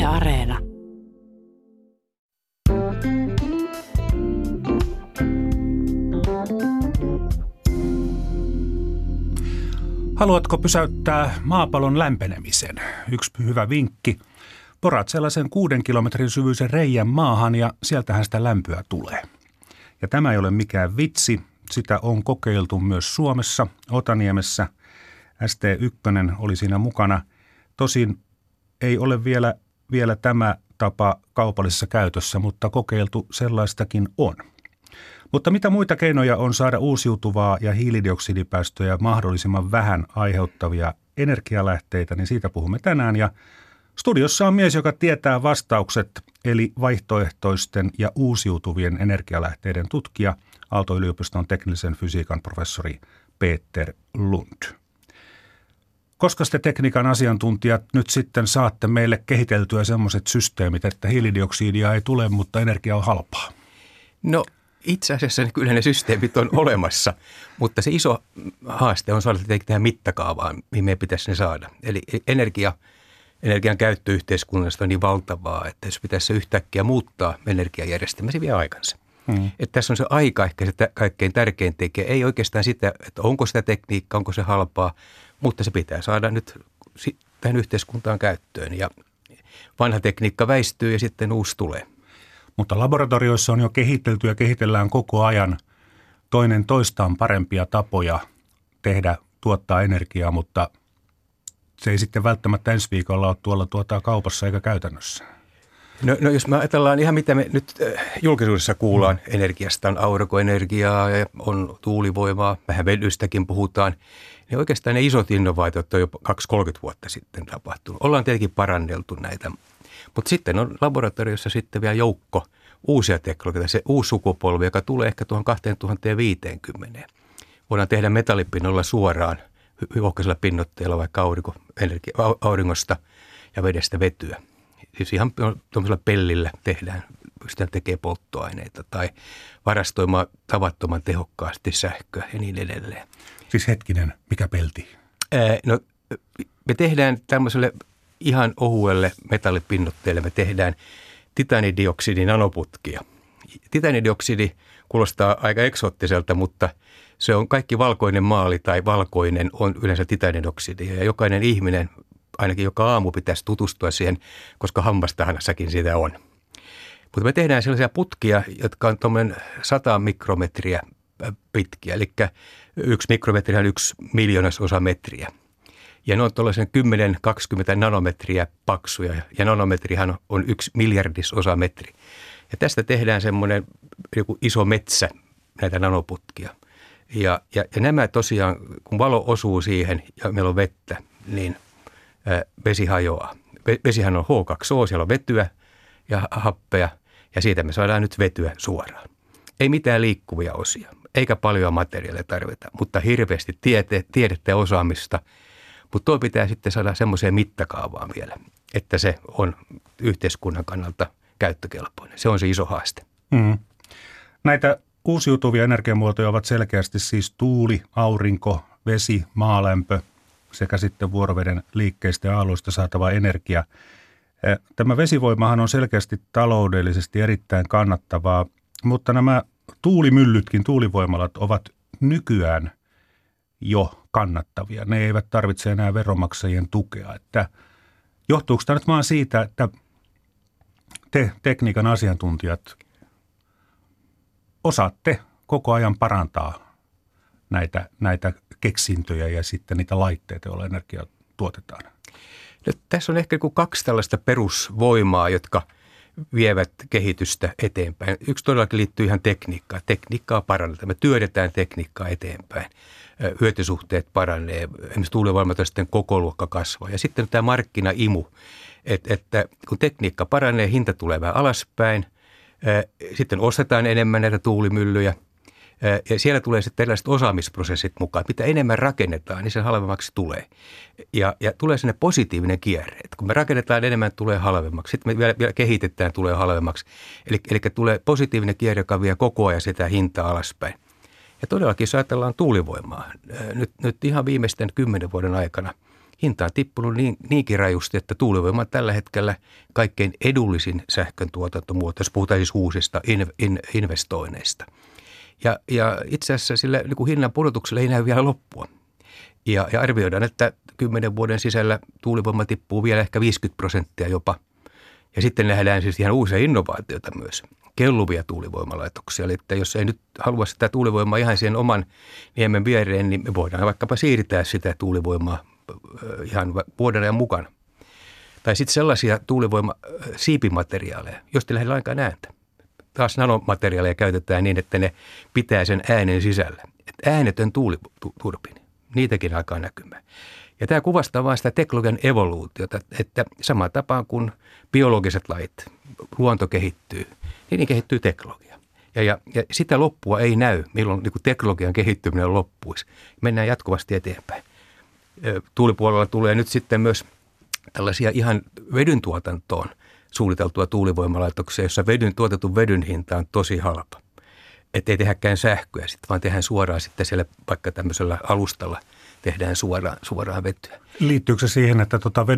Yle Areena. Haluatko pysäyttää maapallon lämpenemisen? Yksi hyvä vinkki. Poraat sellaisen 6 kilometrin syvyisen reijän maahan ja sieltähän sitä lämpöä tulee. Ja tämä ei ole mikään vitsi. Sitä on kokeiltu myös Suomessa, Otaniemessä. ST1 oli siinä mukana. Tosin ei ole vielä tämä tapa kaupallisessa käytössä, mutta kokeiltu sellaistakin on. Mutta mitä muita keinoja on saada uusiutuvaa ja hiilidioksidipäästöjä mahdollisimman vähän aiheuttavia energialähteitä, niin siitä puhumme tänään. Ja studiossa on mies, joka tietää vastaukset, eli vaihtoehtoisten ja uusiutuvien energialähteiden tutkija, Aalto-yliopiston teknillisen fysiikan professori Peter Lund. Koska te tekniikan asiantuntijat nyt sitten saatte meille kehiteltyä sellaiset systeemit, että hiilidioksidia ei tule, mutta energia on halpaa? No itse asiassa kyllä ne systeemit on olemassa, mutta se iso haaste on saada tähän mittakaavaan, mihin meidän pitäisi ne saada. Eli energian käyttö yhteiskunnasta on niin valtavaa, että jos pitäisi se yhtäkkiä muuttaa energiajärjestelmä, se vie aikansa. Että tässä on se aika ehkä se kaikkein tärkein tekijä. Ei oikeastaan sitä, että onko sitä tekniikkaa, onko se halpaa, mutta se pitää saada nyt tähän yhteiskuntaan käyttöön. Ja vanha tekniikka väistyy ja sitten uusi tulee. Mutta laboratorioissa on jo kehitelty ja kehitellään koko ajan toinen toistaan parempia tapoja tuottaa energiaa, mutta se ei sitten välttämättä ensi viikolla ole tuolla kaupassa eikä käytännössä. No jos me ajatellaan ihan mitä me nyt julkisuudessa kuullaan energiasta, on aurinkoenergiaa ja on tuulivoimaa, vähän vedystäkin puhutaan, niin oikeastaan ne isot innovaatiot on jo 20-30 vuotta sitten tapahtunut. Ollaan tietenkin paranneltu näitä, mutta sitten on laboratoriossa sitten vielä joukko uusia teknologioita, se uusi sukupolvi, joka tulee ehkä tuohon 2050. Voidaan tehdä metallipinnolla suoraan ohkaisella pinnotteella vaikka auringosta ja vedestä vetyä. Siis ihan tuollaisella pellillä pystytään tekemään polttoaineita tai varastoimaan tavattoman tehokkaasti sähköä ja niin edelleen. Siis hetkinen, mikä pelti? No me tehdään tämmöiselle ihan ohuelle metallipinnotteelle, me tehdään titanidioksidin nanoputkia. Titanidioksidi kuulostaa aika eksoottiselta, mutta se on kaikki valkoinen maali tai valkoinen on yleensä titanidioksidia ja jokainen ihminen ainakin joka aamu pitäisi tutustua siihen, koska hammastahannassakin sitä on. Mutta me tehdään sellaisia putkia, jotka on tuommoinen 100 mikrometriä pitkiä, eli 1 mikrometri on 1 miljoonasosa metriä. Ja ne on tuollaisen 10-20 nanometriä paksuja, ja nanometrihan on 1 miljardisosa metri. Ja tästä tehdään semmoinen joku iso metsä näitä nanoputkia. Ja nämä tosiaan, kun valo osuu siihen ja meillä on vettä, niin vesi hajoaa. Vesihän on H2O, siellä on vetyä ja happea ja siitä me saadaan nyt vetyä suoraan. Ei mitään liikkuvia osia, eikä paljon materiaalia tarvita, mutta hirveästi tiedettä ja osaamista. Mutta tuo pitää sitten saada semmoiseen mittakaavaan vielä, että se on yhteiskunnan kannalta käyttökelpoinen. Se on se iso haaste. Näitä uusiutuvia energiamuotoja ovat selkeästi siis tuuli, aurinko, vesi, maalämpö sekä sitten vuoroveden liikkeistä ja aalloista saatava energia. Tämä vesivoimahan on selkeästi taloudellisesti erittäin kannattavaa, mutta nämä tuulimyllytkin, tuulivoimalat ovat nykyään jo kannattavia. Ne eivät tarvitse enää veronmaksajien tukea. Että johtuuko tämä nyt vaan siitä, että te tekniikan asiantuntijat osaatte koko ajan parantaa näitä keksintöjä ja sitten niitä laitteita, joilla energiaa tuotetaan? No, tässä on ehkä 2 tällaista perusvoimaa, jotka vievät kehitystä eteenpäin. Yksi todellakin liittyy ihan tekniikkaan. Tekniikkaa parannetaan. Me työdetään tekniikkaa eteenpäin. Hyötysuhteet paranee. Esimerkiksi tuulivoimalta sitten koko luokka kasvaa. Ja sitten tämä markkinaimu, että kun tekniikka paranee, hinta tulee vähän alaspäin. Sitten ostetaan enemmän näitä tuulimyllyjä. Ja siellä tulee sitten erilaiset osaamisprosessit mukaan. Mitä enemmän rakennetaan, niin sen halvemmaksi tulee. Ja tulee sinne positiivinen kierre. Että kun me rakennetaan enemmän, tulee halvemmaksi. Sitten me vielä kehitetään, tulee halvemmaksi. Eli tulee positiivinen kierre, joka vie koko ajan sitä hintaa alaspäin. Ja todellakin, jos ajatellaan tuulivoimaa, nyt ihan viimeisten 10 vuoden aikana hinta on tippunut niinkin rajusti, että tuulivoima on tällä hetkellä kaikkein edullisin sähkön tuotantomuoto, jos puhutaan siis uusista investoinneista. Ja itse asiassa sillä niin kuin hinnan pudotuksella ei näy vielä loppua. Ja arvioidaan, että 10 vuoden sisällä tuulivoima tippuu vielä ehkä 50% jopa. Ja sitten nähdään siis ihan uusia innovaatioita myös, kelluvia tuulivoimalaitoksia. Eli että jos ei nyt halua sitä tuulivoimaa ihan siihen oman niemen viereen, niin me voidaan vaikkapa siirtää sitä tuulivoimaa ihan vuoden ajan mukana. Tai sitten sellaisia tuulivoimasiipimateriaaleja, joista ei lähde lainkaan ääntä. Taas nanomateriaaleja käytetään niin, että ne pitää sen äänen sisällä. Että äänetön tuuliturbiini, niitäkin alkaa näkymään. Ja tämä kuvastaa vain sitä teknologian evoluutiota, että samaan tapaan kuin biologiset lait, luonto kehittyy, niin kehittyy teknologia. Ja sitä loppua ei näy, milloin niin kuin teknologian kehittyminen loppuisi. Mennään jatkuvasti eteenpäin. Tuulipuolella tulee nyt sitten myös tällaisia ihan vedyn tuotantoon suunniteltua tuulivoimalaitoksia, jossa tuotetun vedyn hinta on tosi halpa. Että ei tehdäkään sähköä sitten, vaan tehdään suoraan sitten siellä vaikka tämmöisellä alustalla tehdään suoraan vetyä. Liittyykö se siihen, että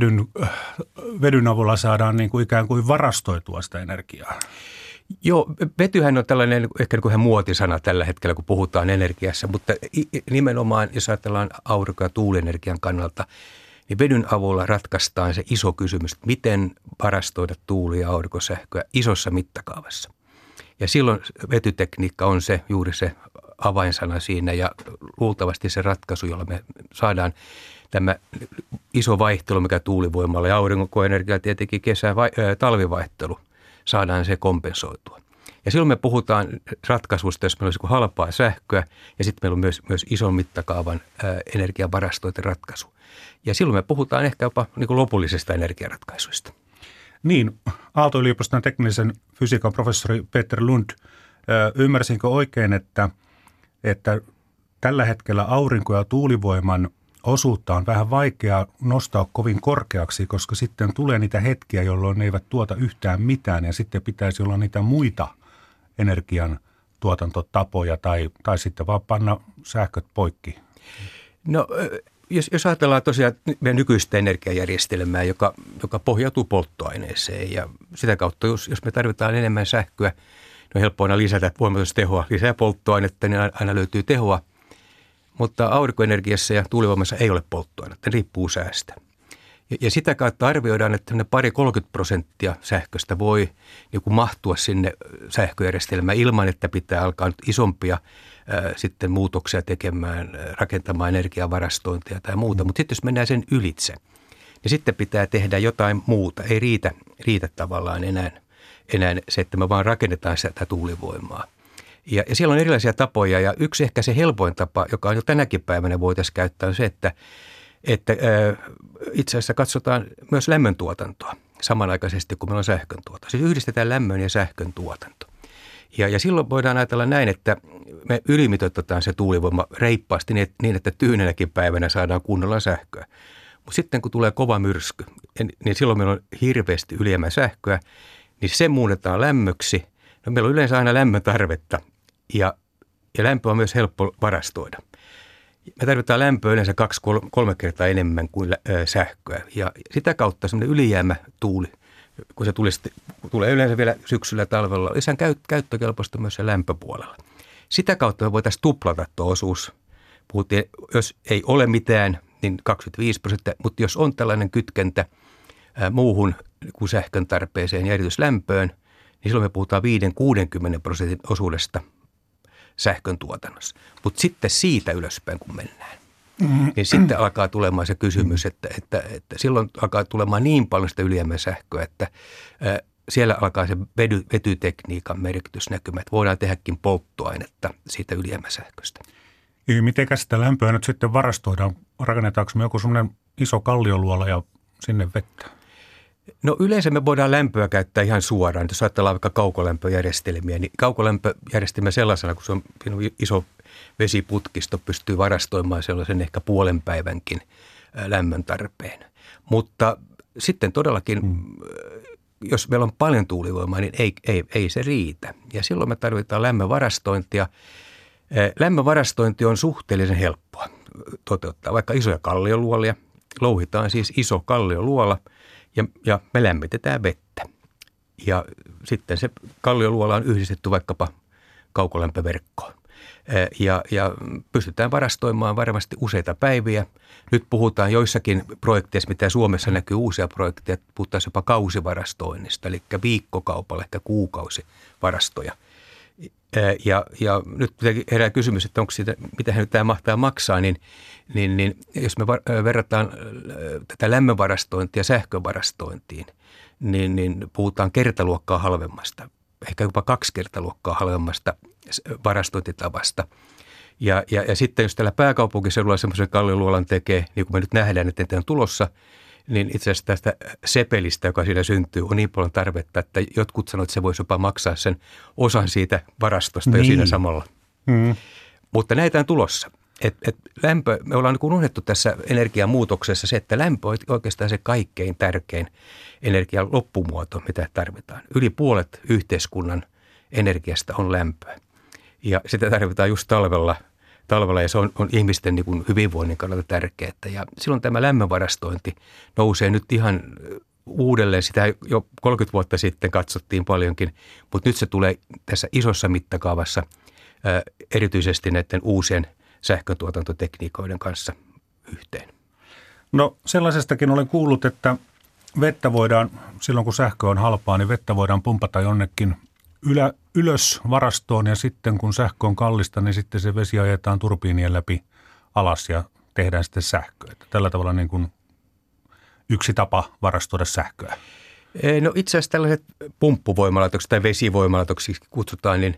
vedyn avulla saadaan niin kuin ikään kuin varastoitua sitä energiaa? Joo, vetyhän on tällainen ehkä niin kuin ihan muotisana tällä hetkellä, kun puhutaan energiassa, mutta nimenomaan, jos ajatellaan aurinko- ja tuulienergian kannalta, niin vedyn avulla ratkaistaan se iso kysymys, miten varastoida tuuli- ja aurinkosähköä isossa mittakaavassa. Ja silloin vetytekniikka on juuri se avainsana siinä ja luultavasti se ratkaisu, jolla me saadaan tämä iso vaihtelu, mikä tuulivoimalla ja aurinkoenergia tietenkin talvivaihtelu, saadaan se kompensoitua. Ja silloin me puhutaan ratkaisusta, jos meillä olisi halpaa sähköä ja sitten meillä on myös ison mittakaavan energiavarastoiden ratkaisu. Ja silloin me puhutaan ehkä jopa niin kuin lopullisesta energiaratkaisuista. Niin, Aalto-yliopiston teknillisen fysiikan professori Peter Lund, ymmärsinkö oikein, että tällä hetkellä aurinko- ja tuulivoiman osuutta on vähän vaikea nostaa kovin korkeaksi, koska sitten tulee niitä hetkiä, jolloin ne eivät tuota yhtään mitään ja sitten pitäisi olla niitä muita energian tuotantotapoja tai sitten vaan panna sähköt poikki? No jos ajatellaan tosiaan meidän nykyistä energiajärjestelmää, joka pohjautuu polttoaineeseen ja sitä kautta, jos me tarvitaan enemmän sähköä, niin on helppo aina lisätä voimatustehoa, lisää polttoainetta, niin aina löytyy tehoa. Mutta aurinkoenergiassa ja tuulivoimassa ei ole polttoainetta, ne riippuu säästä. Ja sitä kautta arvioidaan, että 20-30% sähköstä voi niin kuin mahtua sinne sähköjärjestelmään ilman, että pitää alkaa nyt isompia sitten muutoksia tekemään, rakentamaan energiavarastointia tai muuta. Mutta sitten jos mennään sen ylitse, niin sitten pitää tehdä jotain muuta. Ei riitä tavallaan enää se, että me vaan rakennetaan sitä tuulivoimaa. Ja siellä on erilaisia tapoja ja yksi ehkä se helpoin tapa, joka on jo tänäkin päivänä voitaisiin käyttää, on se, että itse asiassa katsotaan myös lämmöntuotantoa samanaikaisesti, kun meillä on sähköntuotanto. Siis yhdistetään lämmön ja sähkön tuotanto. Ja silloin voidaan ajatella näin, että me ylimitoitetaan se tuulivoima reippaasti niin, että tyynenäkin päivänä saadaan kunnolla sähköä. Mutta sitten kun tulee kova myrsky, niin silloin meillä on hirveästi ylijäämää sähköä, niin se muunnetaan lämmöksi. No, meillä on yleensä aina lämmön tarvetta ja lämpö on myös helppo varastoida. Me tarvitaan lämpöä yleensä 2-3 kertaa enemmän kuin sähköä ja sitä kautta semmoinen ylijäämä tuuli, kun se tulee yleensä vielä syksyllä talvella, lisää käyttökelpoista myös se lämpöpuolella. Sitä kautta me voitaisiin tuplata tuo osuus. Puhuttiin, jos ei ole mitään, niin 25%, mutta jos on tällainen kytkentä muuhun kuin sähkön tarpeeseen ja erityislämpöön, niin silloin me puhutaan 5-60% osuudesta sähkön tuotannossa. Mutta sitten siitä ylöspäin, kun mennään, niin sitten alkaa tulemaan se kysymys, että silloin alkaa tulemaan niin paljon sitä ylijäämäsähköä, että siellä alkaa se vetytekniikan merkitys näkymään, että voidaan tehdäkin polttoainetta siitä ylijäämäsähköstä. Mitenkä sitä lämpöä nyt sitten varastoidaan? Rakennetaanko me joku semmoinen iso kallioluola ja sinne vettä? No yleensä me voidaan lämpöä käyttää ihan suoraan. Jos ajatellaan vaikka kaukolämpöjärjestelmiä, niin kaukolämpöjärjestelmä sellaisena, kun se on iso vesiputkisto, pystyy varastoimaan sellaisen ehkä puolen päivänkin lämmön tarpeen. Mutta sitten todellakin, jos meillä on paljon tuulivoimaa, niin ei se riitä. Ja silloin me tarvitaan lämmön varastointia. Lämmön varastointi on suhteellisen helppoa toteuttaa, vaikka isoja kallioluolia. louhitaan siis iso kallioluola ja me lämmitetään vettä. Ja sitten se kallioluola on yhdistetty vaikkapa kaukolämpöverkkoon. Ja pystytään varastoimaan varmasti useita päiviä. Nyt puhutaan joissakin projekteissa, mitä Suomessa näkyy uusia projekteja, puhutaan jopa kausivarastoinnista, eli viikkokaupalla, ehkä kuukausivarastoja. Ja nyt herää kysymys, että onko siitä, mitä nyt tämä mahtaa maksaa, niin jos me verrataan tätä lämmönvarastointia sähkövarastointiin, niin puhutaan kertaluokkaa halvemmasta, ehkä jopa 2 kertaluokkaa halvemmasta varastointitavasta. Ja sitten jos tällä pääkaupunkiseudulla semmoisen kallioluolan tekee, niin kuin me nyt nähdään, että tämä on tulossa, niin itse asiassa tästä sepelistä, joka siinä syntyy, on niin paljon tarvetta, että jotkut sanoo, että se voisi jopa maksaa sen osan siitä varastosta jo siinä samalla. Mutta näitä on tulossa. Lämpö, me ollaan niin unohdettu tässä energiamuutoksessa se, että lämpö on oikeastaan se kaikkein tärkein energian loppumuoto, mitä tarvitaan. Yli puolet yhteiskunnan energiasta on lämpöä ja sitä tarvitaan just talvella ja se on ihmisten niin kuin hyvinvoinnin kannalta tärkeää. Ja silloin tämä lämmönvarastointi nousee nyt ihan uudelleen. Sitä jo 30 vuotta sitten katsottiin paljonkin, mutta nyt se tulee tässä isossa mittakaavassa erityisesti näiden uusien sähköntuotantotekniikoiden kanssa yhteen. No sellaisestakin olen kuullut, että vettä voidaan, silloin kun sähkö on halpaa, niin vettä voidaan pumpata jonnekin ylös varastoon ja sitten kun sähkö on kallista, niin sitten se vesi ajetaan turbiinien läpi alas ja tehdään sitten sähköä. Että tällä tavalla niin kuin yksi tapa varastoida sähköä. No itse asiassa tällaiset pumppuvoimalaitokset tai vesivoimalaitoksiksi kutsutaan, niin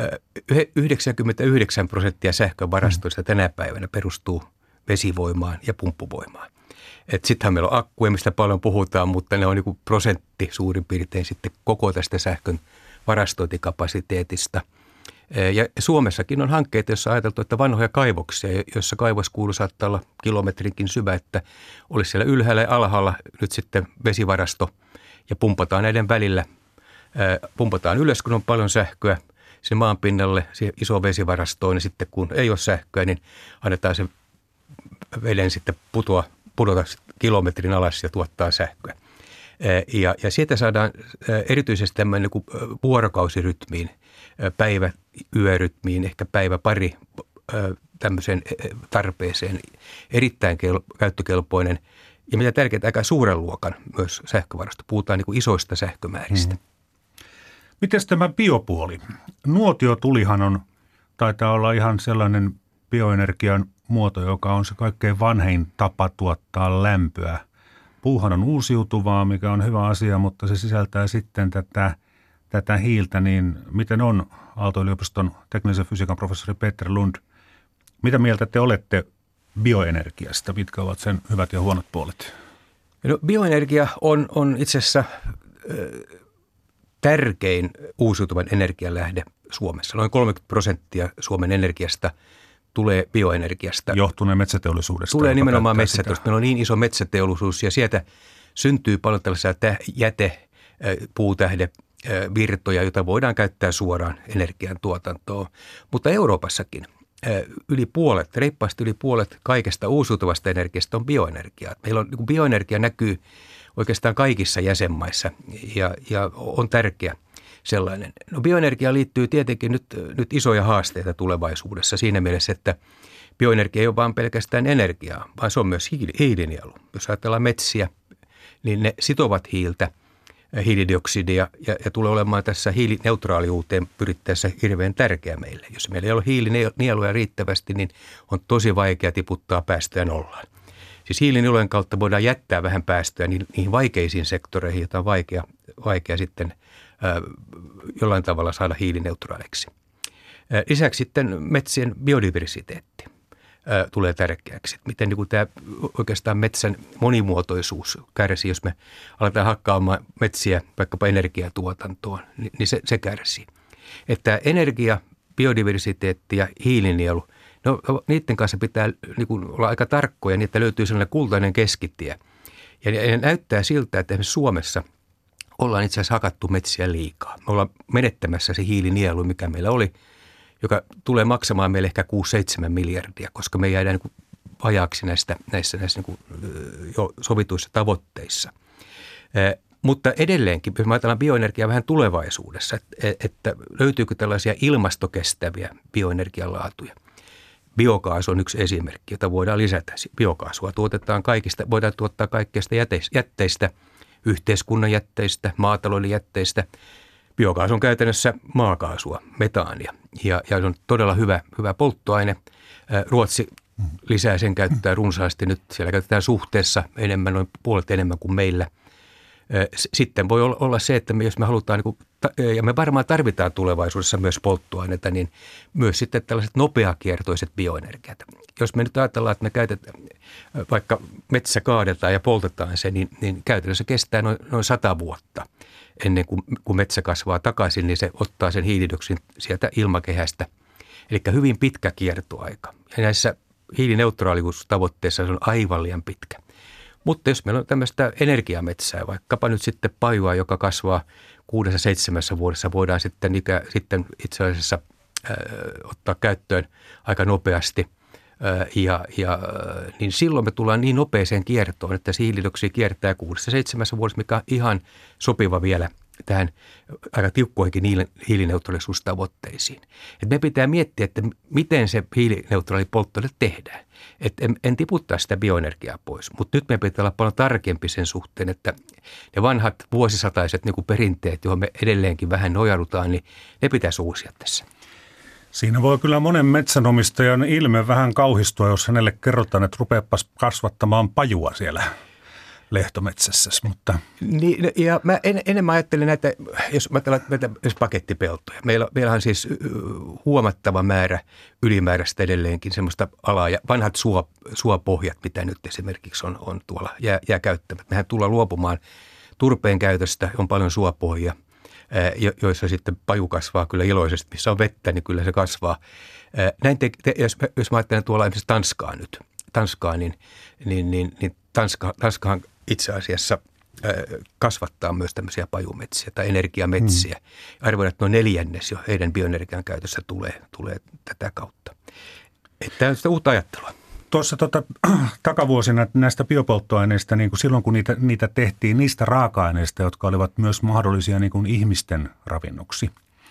99% sähkön varastoista tänä päivänä perustuu vesivoimaan ja pumppuvoimaan. Sittenhän meillä on akkuja, mistä paljon puhutaan, mutta ne on niin kuin prosentti suurin piirtein sitten koko tästä sähkön varastointikapasiteetista. Ja Suomessakin on hankkeita, joissa on ajateltu, että vanhoja kaivoksia, joissa kaivoskuulu saattaa olla kilometrinkin syvä, että olisi siellä ylhäällä ja alhaalla nyt sitten vesivarasto ja pumpataan näiden välillä. Pumpataan ylös, kun on paljon sähköä sinne maanpinnalle, siihen iso vesivarastoon ja sitten kun ei ole sähköä, niin annetaan se veden sitten pudota kilometrin alas ja tuottaa sähköä. Ja siitä saadaan erityisesti tämmöinen niin vuorokausirytmiin, päivä-yörytmiin, ehkä päivä pari tämmöiseen tarpeeseen erittäin käyttökelpoinen ja mitä tärkeää, aika suuren luokan myös sähkövarasto. Puhutaan niin kuin isoista sähkömääristä. Miten tämä biopuoli? Nuotiotulihan taitaa olla ihan sellainen bioenergian muoto, joka on se kaikkein vanhein tapa tuottaa lämpöä. Puuhan on uusiutuvaa, mikä on hyvä asia, mutta se sisältää sitten tätä hiiltä. Niin miten on Aalto-yliopiston teknisen fysiikan professori Peter Lund? Mitä mieltä te olette bioenergiasta? Mitkä ovat sen hyvät ja huonot puolet? No, bioenergia on itse asiassa tärkein uusiutuvan energian lähde Suomessa. Noin 30% Suomen energiasta tulee bioenergiasta. Johtuneen metsäteollisuudesta. Tulee nimenomaan metsäteollisuudesta. Meillä on niin iso metsäteollisuus ja sieltä syntyy paljon tällaisia puutähdevirtoja, joita voidaan käyttää suoraan energiantuotantoon. Mutta Euroopassakin reippaasti yli puolet kaikesta uusiutuvasta energiasta on bioenergiaa. Meillä on bioenergia näkyy oikeastaan kaikissa jäsenmaissa ja on tärkeä sellainen. No, bioenergia liittyy tietenkin nyt isoja haasteita tulevaisuudessa siinä mielessä, että bioenergia ei ole vain pelkästään energiaa, vaan se on myös hiilinielu. Jos ajatellaan metsiä, niin ne sitovat hiiltä, hiilidioksidia ja tulee olemaan tässä hiilineutraaliuteen pyrittäessä hirveän tärkeä meille. Jos meillä ei ole hiilinieluja riittävästi, niin on tosi vaikea tiputtaa päästöjä nollaan. Siis hiilinielujen kautta voidaan jättää vähän päästöjä niihin vaikeisiin sektoreihin, joita on vaikea sitten jollain tavalla saada hiilineutraaliksi. Lisäksi sitten metsien biodiversiteetti tulee tärkeäksi. Miten niin kuin tämä oikeastaan metsän monimuotoisuus kärsii, jos me aletaan hakkaamaan metsiä vaikkapa energiatuotantoon, niin se kärsii. Että energia, biodiversiteetti ja hiilinielu, no, niiden kanssa pitää niin kuin olla aika tarkkoja, niin että löytyy sellainen kultainen keskitie. Ja näyttää siltä, että esimerkiksi Suomessa ollaan itse asiassa hakattu metsiä liikaa. Me ollaan menettämässä se hiilinielu, mikä meillä oli, joka tulee maksamaan meille ehkä 6-7 miljardia, koska me jäädään niin vajaaksi näissä niin kuin jo sovituissa tavoitteissa. Mutta edelleenkin, jos me ajatellaan bioenergiaa vähän tulevaisuudessa, että löytyykö tällaisia ilmastokestäviä bioenergialaatuja. Biokaasu on yksi esimerkki, jota voidaan lisätä. Biokaasua voidaan tuottaa kaikkeista jätteistä, yhteiskunnan jätteistä, maatalouden jätteistä. Biokaasu on käytännössä maakaasua, metaania, ja se on todella hyvä polttoaine. Ruotsi lisää sen käyttöä runsaasti nyt. Siellä käytetään suhteessa enemmän, noin puolet enemmän kuin meillä. Sitten voi olla se, että jos me halutaan, ja me varmaan tarvitaan tulevaisuudessa myös polttoaineita, niin myös sitten tällaiset nopeakiertoiset bioenergiat. Jos me nyt ajatellaan, että me käytetään, vaikka metsä kaadetaan ja poltetaan se, niin käytännössä kestää noin 100 vuotta ennen kuin metsä kasvaa takaisin, niin se ottaa sen hiilidioksidin sieltä ilmakehästä. Eli hyvin pitkä kiertoaika. Ja näissä hiilineutraaliustavoitteissa se on aivan liian pitkä. Mutta jos meillä on tämmöistä energiametsää, vaikkapa nyt sitten pajua, joka kasvaa 6-7 vuodessa, voidaan sitten itse asiassa ottaa käyttöön aika nopeasti. Niin silloin me tullaan niin nopeeseen kiertoon, että se hiilidioksidi kiertää 6-7 vuodessa, mikä on ihan sopiva vielä tähän aika tiukkoihinkin hiilineutraalisuustavoitteisiin. Et me pitää miettiä, että miten se hiilineutraali polttoaine tehdään. En tiputtaa sitä bioenergiaa pois, mutta nyt me pitää olla paljon tarkempi sen suhteen, että ne vanhat vuosisataiset niin kuin perinteet, joihin me edelleenkin vähän nojaudutaan, niin ne pitäisi uusia tässä. Siinä voi kyllä monen metsänomistajan ilme vähän kauhistua, jos hänelle kerrotaan, että rupeapas kasvattamaan pajua siellä lehtometsässä, mutta... Niin, ja mä enemmän ajattelen näitä, jos mä ajattelen näitä pakettipeltoja. Meillä on siis huomattava määrä ylimääräistä edelleenkin semmoista alaa ja vanhat suopohjat, mitä nyt esimerkiksi on tuolla jää käyttämättä. Mehän tullaan luopumaan turpeen käytöstä, on paljon suopohjia, joissa sitten paju kasvaa kyllä iloisesti. Missä on vettä, niin kyllä se kasvaa. Jos mä ajattelen tuolla esimerkiksi Tanskaa, niin Tanskahan itse asiassa kasvattaa myös tämmöisiä pajumetsiä tai energiametsiä. Arvioidaan, että noin 1/4 jo heidän bioenergian käytössä tulee tätä kautta. Tämä on sitä uutta ajattelua. Tuossa takavuosina näistä biopolttoaineista, niin kuin silloin kun niitä tehtiin, niistä raaka-aineista, jotka olivat myös mahdollisia niin kuin ihmisten ravinnoksi.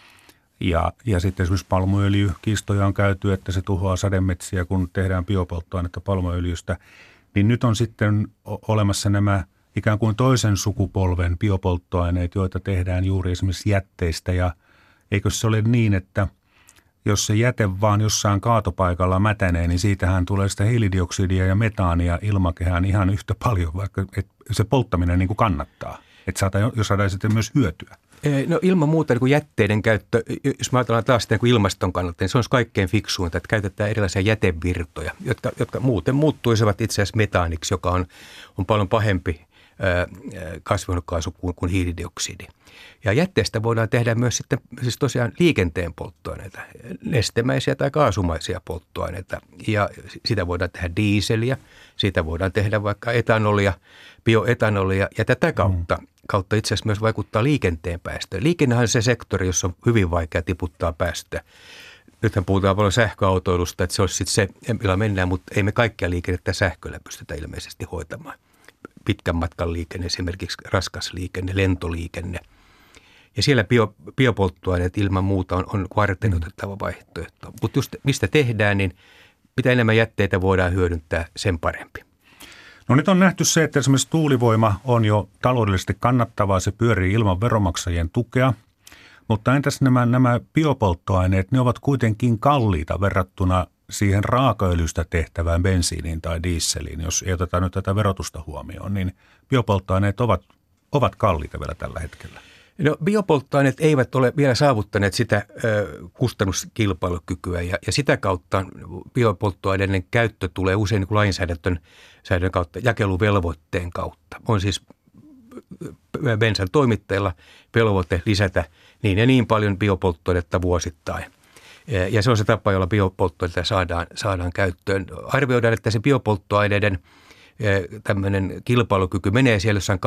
Ja sitten esimerkiksi palmuöljykiistoja on käyty, että se tuhoaa sademetsiä, kun tehdään biopolttoainetta palmuöljystä. Niin nyt on sitten olemassa nämä ikään kuin toisen sukupolven biopolttoaineet, joita tehdään juuri esimerkiksi jätteistä. Ja eikö se ole niin, että jos se jäte vaan jossain kaatopaikalla mätänee, niin siitähän tulee sitä hiilidioksidia ja metaania ilmakehään ihan yhtä paljon, vaikka se polttaminen niin kuin kannattaa. Että saadaan sitten myös hyötyä. No ilman muuta niin kuin jätteiden käyttö, jos mä ajatellaan taas sitä niin ilmaston kannalta, niin se on kaikkein fiksuinta, että käytetään erilaisia jätevirtoja, jotka muuten muuttuisivat itse asiassa metaaniksi, joka on paljon pahempi kasvihuonekaasu kuin hiilidioksidi. Ja jätteestä voidaan tehdä myös sitten siis tosiaan liikenteen polttoaineita, nestemäisiä tai kaasumaisia polttoaineita. Ja sitä voidaan tehdä diiseliä, siitä voidaan tehdä vaikka etanolia, bioetanolia ja tätä kautta itse asiassa myös vaikuttaa liikenteen päästöön. Liikennehän on se sektori, jossa on hyvin vaikea tiputtaa päästöjä. Nythän puhutaan paljon sähköautoilusta, että se olisi sitten se, millä mennään, mutta ei me kaikkia liikennettä sähköllä pystytä ilmeisesti hoitamaan. Pitkän matkan liikenne, esimerkiksi raskas liikenne, lentoliikenne. Ja siellä biopolttoaineet ilman muuta on varteenotettava vaihtoehto. Mutta just mistä tehdään, niin mitä enemmän jätteitä voidaan hyödyntää, sen parempi. No nyt on nähty se, että esimerkiksi tuulivoima on jo taloudellisesti kannattavaa, se pyörii ilman veronmaksajien tukea. Mutta entäs nämä biopolttoaineet, ne ovat kuitenkin kalliita verrattuna siihen raakaöljystä tehtävään bensiiniin tai dieseliin. Jos ei oteta nyt tätä verotusta huomioon, niin biopolttoaineet ovat kalliita vielä tällä hetkellä. No biopolttoaineet eivät ole vielä saavuttaneet sitä kustannuskilpailukykyä ja sitä kautta biopolttoaineiden käyttö tulee usein niin kuin lainsäädännön kautta, jakeluvelvoitteen kautta. On siis bensan toimittajilla velvoite lisätä niin ja niin paljon biopolttoainetta vuosittain. Ja se on se tapa, jolla biopolttoaineita saadaan käyttöön. Arvioidaan, että se biopolttoaineiden tämmöinen kilpailukyky menee siellä jossain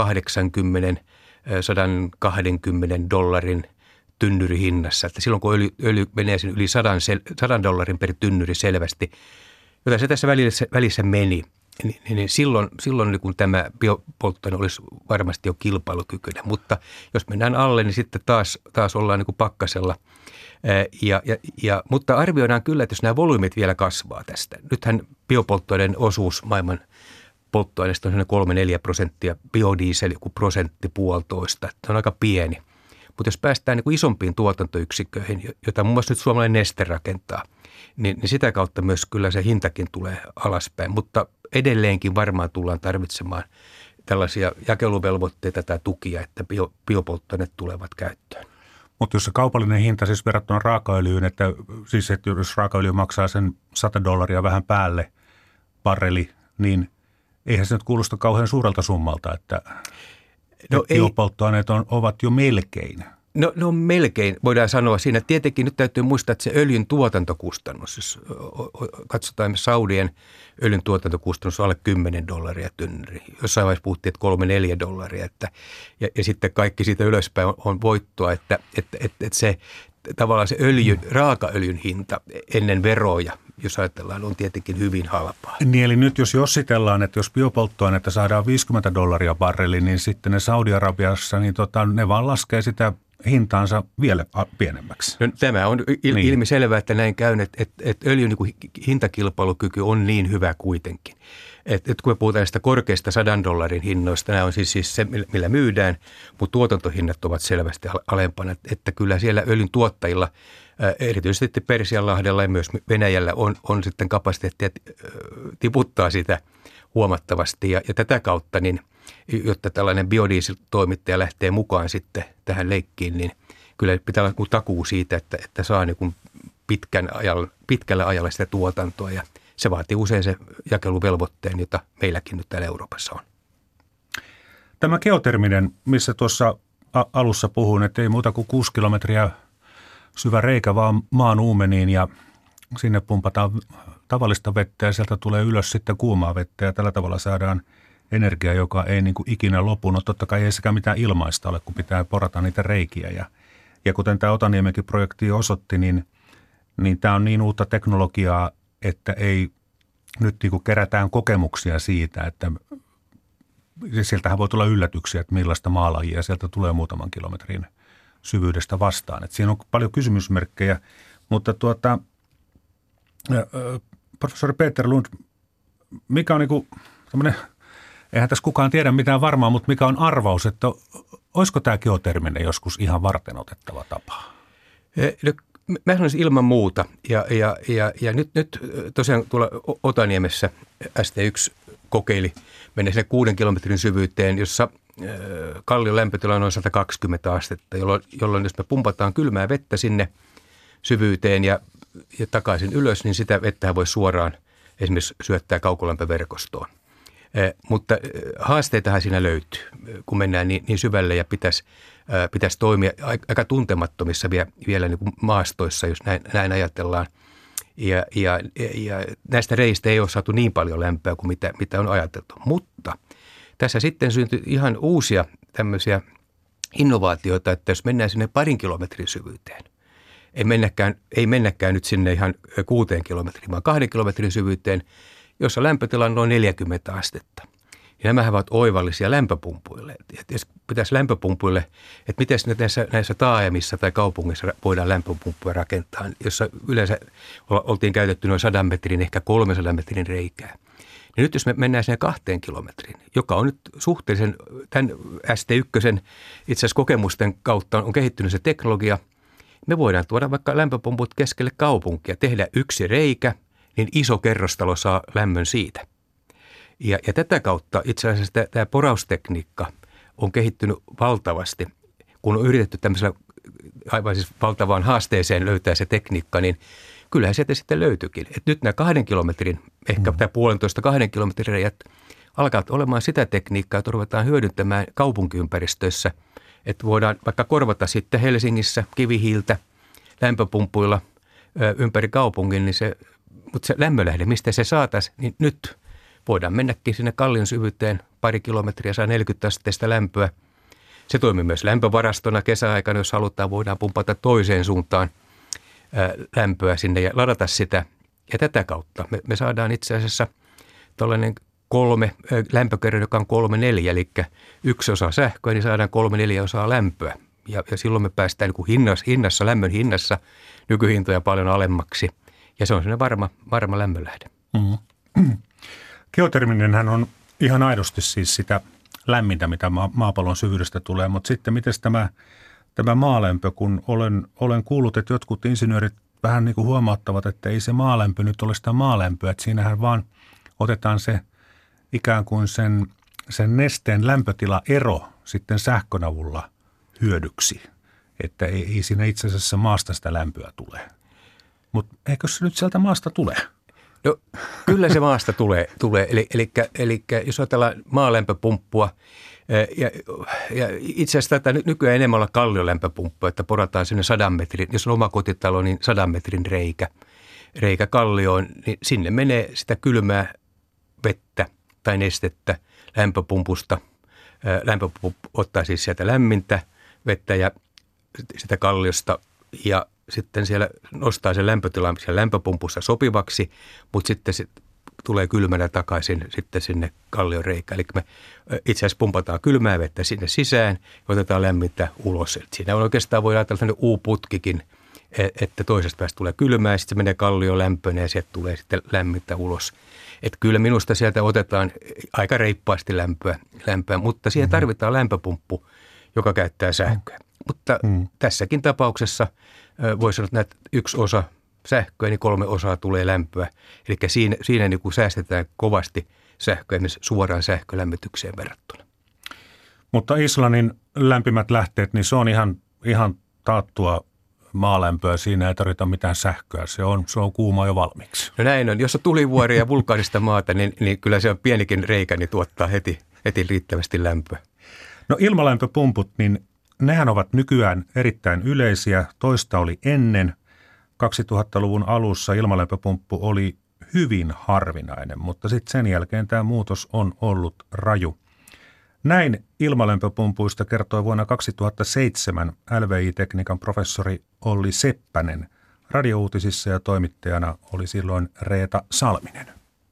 120 dollarin tynnyrihinnassa. Että silloin kun öljy menee sen yli $100 per tynnyri selvästi, jota se tässä välissä meni, niin silloin kun tämä biopolttoaine olisi varmasti jo kilpailukykyinen. Mutta jos mennään alle, niin sitten taas ollaan niin kuin pakkasella. Mutta arvioidaan kyllä, että jos nämä volyymit vielä kasvaa tästä. Nythän biopolttoaineen osuus maailman polttoaineesta on 3-4%, biodiesel joku 1-1,5%. Se on aika pieni. Mutta jos päästään niin kuin isompiin tuotantoyksikköihin, jota muun muassa nyt suomalainen Neste rakentaa, niin sitä kautta myös kyllä se hintakin tulee alaspäin. Mutta edelleenkin varmaan tullaan tarvitsemaan tällaisia jakeluvelvoitteita tai tukia, että biopolttoaineet tulevat käyttöön. Mutta jos se kaupallinen hinta siis verrattuna raakaöljyyn, että jos raakaöljy maksaa sen $100 vähän päälle barreli, niin eihän se nyt kuulosta kauhean suurelta summalta, että biopolttoaineet ovat jo melkein. No melkein voidaan sanoa siinä. Tietenkin nyt täytyy muistaa, että se öljyn tuotantokustannus, jos katsotaan Saudien öljyn tuotantokustannus on alle $10 tynnyri. Jossain vaiheessa puhuttiin, että $3-4. Ja sitten kaikki siitä ylöspäin on voittoa, että se tavallaan se raakaöljyn hinta ennen veroja, jos ajatellaan, on tietenkin hyvin halpaa. Niin eli nyt jos jossitellaan, että jos biopolttoainetta saadaan $50 barreli, niin sitten ne Saudi-Arabiassa, niin ne vaan laskee sitä hintaansa vielä pienemmäksi. No, tämä on ilmiselvää, että näin käy, että öljyn hintakilpailukyky on niin hyvä kuitenkin. Että kun me puhutaan näistä korkeista $100 hinnoista, nämä on siis se, millä myydään, mutta tuotantohinnat ovat selvästi alempana. Että kyllä siellä öljyn tuottajilla, erityisesti Persianlahdella ja myös Venäjällä on sitten kapasiteettia tiputtaa sitä huomattavasti. Ja tätä kautta, niin, jotta tällainen biodiesel-toimittaja lähtee mukaan sitten tähän leikkiin, niin kyllä pitää olla takuu siitä, että saa niin pitkällä ajalla sitä tuotantoa. Ja se vaatii usein se jakeluvelvoitteen, jota meilläkin nyt täällä Euroopassa on. Tämä geoterminen, missä tuossa alussa puhuin, että ei muuta kuin 6 kilometriä syvä reikä vaan maan uumeniin ja sinne pumpataan tavallista vettä ja sieltä tulee ylös sitten kuumaa vettä ja tällä tavalla saadaan energiaa, joka ei niin kuin ikinä lopu. No totta kai ei sekä mitään ilmaista ole, kun pitää porata niitä reikiä ja kuten tämä Otaniemenkin projekti osoitti, niin tämä on niin uutta teknologiaa, että ei nyt niin kuin kerätään kokemuksia siitä, että sieltähän voi tulla yllätyksiä, että millaista maalajia sieltä tulee muutaman kilometrin syvyydestä vastaan. Että siinä on paljon kysymysmerkkejä, mutta professori Peter Lund, mikä on niin kuin tämmöinen, eihän tässä kukaan tiedä mitään varmaa, mutta mikä on arvaus, että olisiko tämä geoterminen joskus ihan varten otettava tapa? No, mä sanoisin ilman muuta. Ja nyt tosiaan tuolla Otaniemessä ST1 kokeili mennä sinne 6 kilometrin syvyyteen, jossa kallion lämpötila on noin 120 astetta, jolloin jos me pumpataan kylmää vettä sinne syvyyteen ja takaisin ylös, niin sitä vettä voi suoraan esimerkiksi syöttää kaukolämpöverkostoon. Mutta haasteitahan siinä löytyy, kun mennään niin syvälle ja pitäisi toimia aika tuntemattomissa vielä niin kuin maastoissa, jos näin ajatellaan. Ja näistä reistä ei ole saatu niin paljon lämpöä kuin mitä on ajateltu. Mutta tässä sitten syntyi ihan uusia tämmöisiä innovaatioita, että jos mennään sinne 2 kilometrin syvyyteen, ei mennäkään nyt sinne ihan 6 kilometriin, vaan 2 kilometrin syvyyteen, jossa lämpötila on noin 40 astetta. Ja nämähän ovat oivallisia lämpöpumpuille. Jos pitäisi lämpöpumpuille, että miten näissä taajamissa tai kaupungissa voidaan lämpöpumppuja rakentaa, jossa yleensä oltiin käytetty noin 100 metrin, ehkä 300 metrin reikää. Ja nyt jos me mennään sinne 2 kilometriin, joka on nyt suhteellisen, tämän ST1 itse asiassa kokemusten kautta on kehittynyt se teknologia, me voidaan tuoda vaikka lämpöpumput keskelle kaupunkia, tehdä yksi reikä, niin iso kerrostalo saa lämmön siitä. Ja tätä kautta itse asiassa tämä poraustekniikka on kehittynyt valtavasti. Kun on yritetty tämmöisellä aivan siis valtavaan haasteeseen löytää se tekniikka, niin kyllähän sieltä sitten löytyykin. Et nyt nämä 2 kilometrin, ehkä tämä 1,5-2 kilometrin reijät alkavat olemaan sitä tekniikkaa, jota ruvetaan hyödyntämään kaupunkiympäristöissä. Että voidaan vaikka korvata sitten Helsingissä kivihiiltä lämpöpumpuilla ympäri kaupungin, niin mutta se lämmölähde, mistä se saataisiin, niin nyt voidaan mennäkin sinne kallion syvyyteen 2 kilometriä, saa 40 asteista lämpöä. Se toimii myös lämpövarastona kesäaikana, jos halutaan, voidaan pumpata toiseen suuntaan lämpöä sinne ja ladata sitä. Ja tätä kautta me saadaan itse asiassa tällainen lämpökerroin, joka on 3-4, eli 1 osa sähköä, niin saadaan 3-4 osaa lämpöä. Ja silloin me päästään niin hinnassa, lämmön hinnassa nykyhintoja paljon alemmaksi. Ja se on sellainen varma lämmönlähde. Mm-hmm. Geoterminenhän on ihan aidosti siis sitä lämmintä, mitä maapallon syvyydestä tulee, mutta sitten miten tämä maalämpö, kun olen kuullut, että jotkut insinöörit vähän niin kuin huomauttavat, että ei se maalämpö nyt ole sitä maalämpöä, että siinähän vaan otetaan se ikään kuin sen nesteen lämpötilaero sitten sähkön avulla hyödyksi, että ei siinä itse asiassa maasta sitä lämpöä tule. Mutta eikö se nyt sieltä maasta tule? No kyllä se maasta tulee. Eli jos ajatellaan maalämpöpumppua, ja itse asiassa tätä nykyään enemmän olla kalliolämpöpumppua, että porataan sinne 100 metrin, jos on omakotitalo, niin 100 metrin reikä kallioon, niin sinne menee sitä kylmää vettä tai nestettä lämpöpumpusta. Lämpöpumppu ottaa siis sieltä lämmintä vettä ja sitä kalliosta ja sitten siellä nostaa sen lämpötilan siellä lämpöpumpussa sopivaksi, mutta sitten se tulee kylmänä takaisin sitten sinne kallion reikään. Eli me itse asiassa pumpataan kylmää vettä sinne sisään ja otetaan lämmintä ulos. Et siinä on oikeastaan voi ajatella sellainen U-putkikin, että toisesta päästä tulee kylmää ja sitten se menee kallioon lämpöön ja sieltä tulee sitten lämmintä ulos. Että kyllä minusta sieltä otetaan aika reippaasti lämpöä, mutta siihen tarvitaan lämpöpumppu, joka käyttää sähköä. Mutta tässäkin tapauksessa voi sanoa, että 1 osa sähköä, niin 3 osaa tulee lämpöä. Eli siinä niin kuin säästetään kovasti sähköä esimerkiksi suoraan sähkölämmitykseen verrattuna. Mutta Islannin lämpimät lähteet, niin se on ihan taattua maalämpöä. Siinä ei tarvita mitään sähköä. Se on kuuma jo valmiiksi. No näin on. Jos on tulivuoria ja vulkaanista maata, niin kyllä se on pienikin reikä, niin tuottaa heti riittävästi lämpöä. No ilmalämpöpumput, niin nehän ovat nykyään erittäin yleisiä. Toista oli ennen. 2000-luvun alussa ilmalämpöpumppu oli hyvin harvinainen, mutta sitten sen jälkeen tämä muutos on ollut raju. Näin ilmalämpöpumpuista kertoi vuonna 2007 LVI-tekniikan professori Olli Seppänen. Radiouutisissa ja toimittajana oli silloin Reeta Salminen.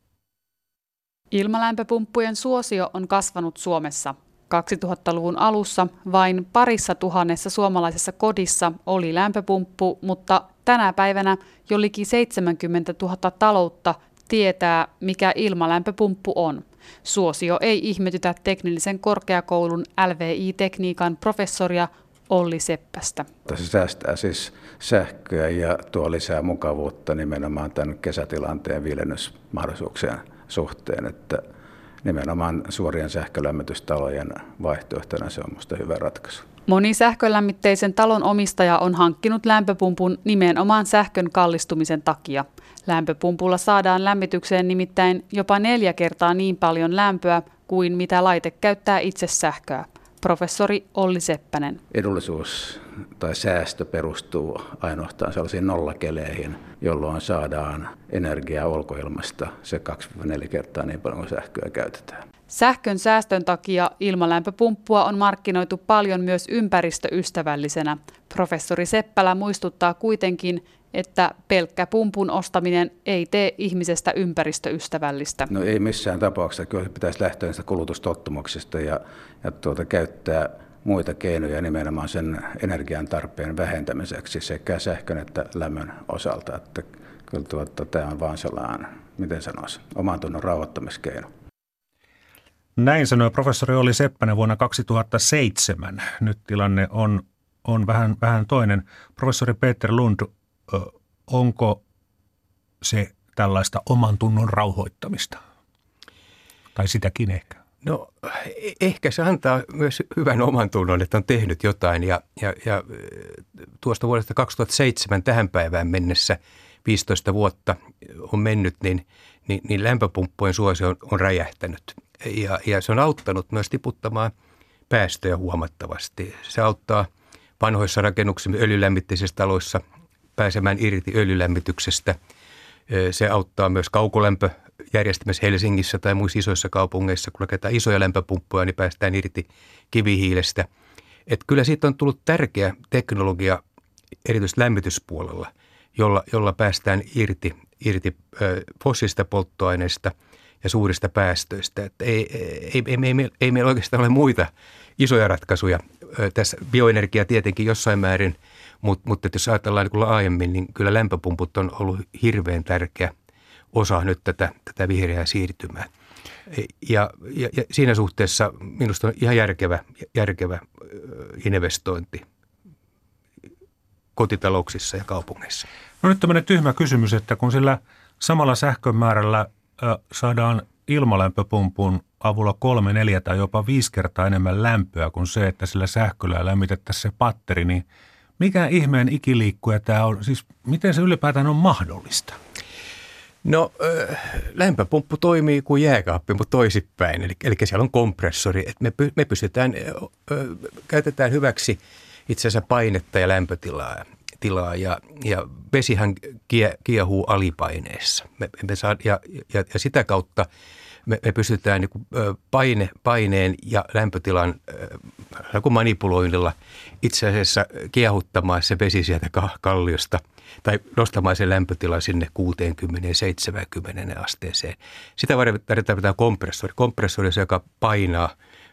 Ilmalämpöpumppujen suosio on kasvanut Suomessa. 2000-luvun alussa vain 2,000 suomalaisessa kodissa oli lämpöpumppu, mutta tänä päivänä jo liki 70 000 taloutta tietää, mikä ilmalämpöpumppu on. Suosio ei ihmetytä teknillisen korkeakoulun LVI-tekniikan professoria Olli Seppästä. Se säästää siis sähköä ja tuo lisää mukavuutta nimenomaan tämän kesätilanteen viilennysmahdollisuuksien suhteen, että nimenomaan suorien sähkölämmitystalojen vaihtoehtona se on minusta hyvä ratkaisu. Moni sähkölämmitteisen talon omistaja on hankkinut lämpöpumpun nimenomaan sähkön kallistumisen takia. Lämpöpumpulla saadaan lämmitykseen nimittäin jopa 4 kertaa niin paljon lämpöä kuin mitä laite käyttää itse sähköä. Professori Olli Seppänen. Edullisuus tai säästö perustuu ainoastaan sellaisiin nollakeleihin, jolloin saadaan energiaa ulkoilmasta se 2-4 kertaa niin paljon kuin sähköä käytetään. Sähkön säästön takia ilmalämpöpumppua on markkinoitu paljon myös ympäristöystävällisenä. Professori Seppälä muistuttaa kuitenkin, että pelkkä pumpun ostaminen ei tee ihmisestä ympäristöystävällistä. No ei missään tapauksessa. Kyllä pitäisi lähteä niistä kulutustottumuksista ja käyttää muita keinoja nimenomaan sen energian tarpeen vähentämiseksi sekä sähkön että lämmön osalta. Että kyllä tämä on vaan sellainen, miten sanoisi, oman tunnon rauhoittamiskeino. Näin sanoi professori Olli Seppänen vuonna 2007. Nyt tilanne on vähän toinen. Professori Peter Lund, onko se tällaista oman tunnon rauhoittamista? Tai sitäkin ehkä? No ehkä se antaa myös hyvän oman tunnon, että on tehnyt jotain ja tuosta vuodesta 2007 tähän päivään mennessä 15 vuotta on mennyt, niin lämpöpumppujen suosio on räjähtänyt. Ja se on auttanut myös tiputtamaan päästöjä huomattavasti. Se auttaa vanhoissa rakennuksissa, öljylämmitteisissä taloissa pääsemään irti öljylämmityksestä. Se auttaa myös kaukolämpöjärjestelmässä Helsingissä tai muissa isoissa kaupungeissa. Kun rakennetaan isoja lämpöpumppuja, niin päästään irti kivihiilestä. Et kyllä siitä on tullut tärkeä teknologia erityisesti lämmityspuolella, jolla päästään irti irti fossiilista polttoaineista ja suurista päästöistä. Että ei meillä oikeastaan ole muita isoja ratkaisuja. Tässä bioenergia tietenkin jossain määrin, mutta jos ajatellaan niin kuin laajemmin, niin kyllä lämpöpumput on ollut hirveän tärkeä osa nyt tätä vihreää siirtymää. Ja siinä suhteessa minusta on ihan järkevä investointi kotitalouksissa ja kaupungeissa. No nyt tämmöinen tyhmä kysymys, että kun sillä samalla sähkön määrällä saadaan ilmalämpöpumpun avulla 3, 4 tai jopa 5 kertaa enemmän lämpöä kuin se, että sillä sähköllä lämmitettäisiin se patteri, niin mikä ihmeen ikiliikkuja tämä on? Siis miten se ylipäätään on mahdollista? No lämpöpumppu toimii kuin jääkaappi, mutta toisinpäin. Eli siellä on kompressori. Et me pystytään, käytetään hyväksi itse asiassa painetta ja lämpötilaa. Ja vesihän kiehuu alipaineessa. Ja sitä kautta me pystytään niin kuin paineen ja lämpötilan manipuloinnilla itse asiassa kiehuttamaan se vesi sieltä kalliosta tai nostamaan sen lämpötilan sinne 60-70 asteeseen. Sitä varten tarvitaan kompressori. Kompressori, joka painaa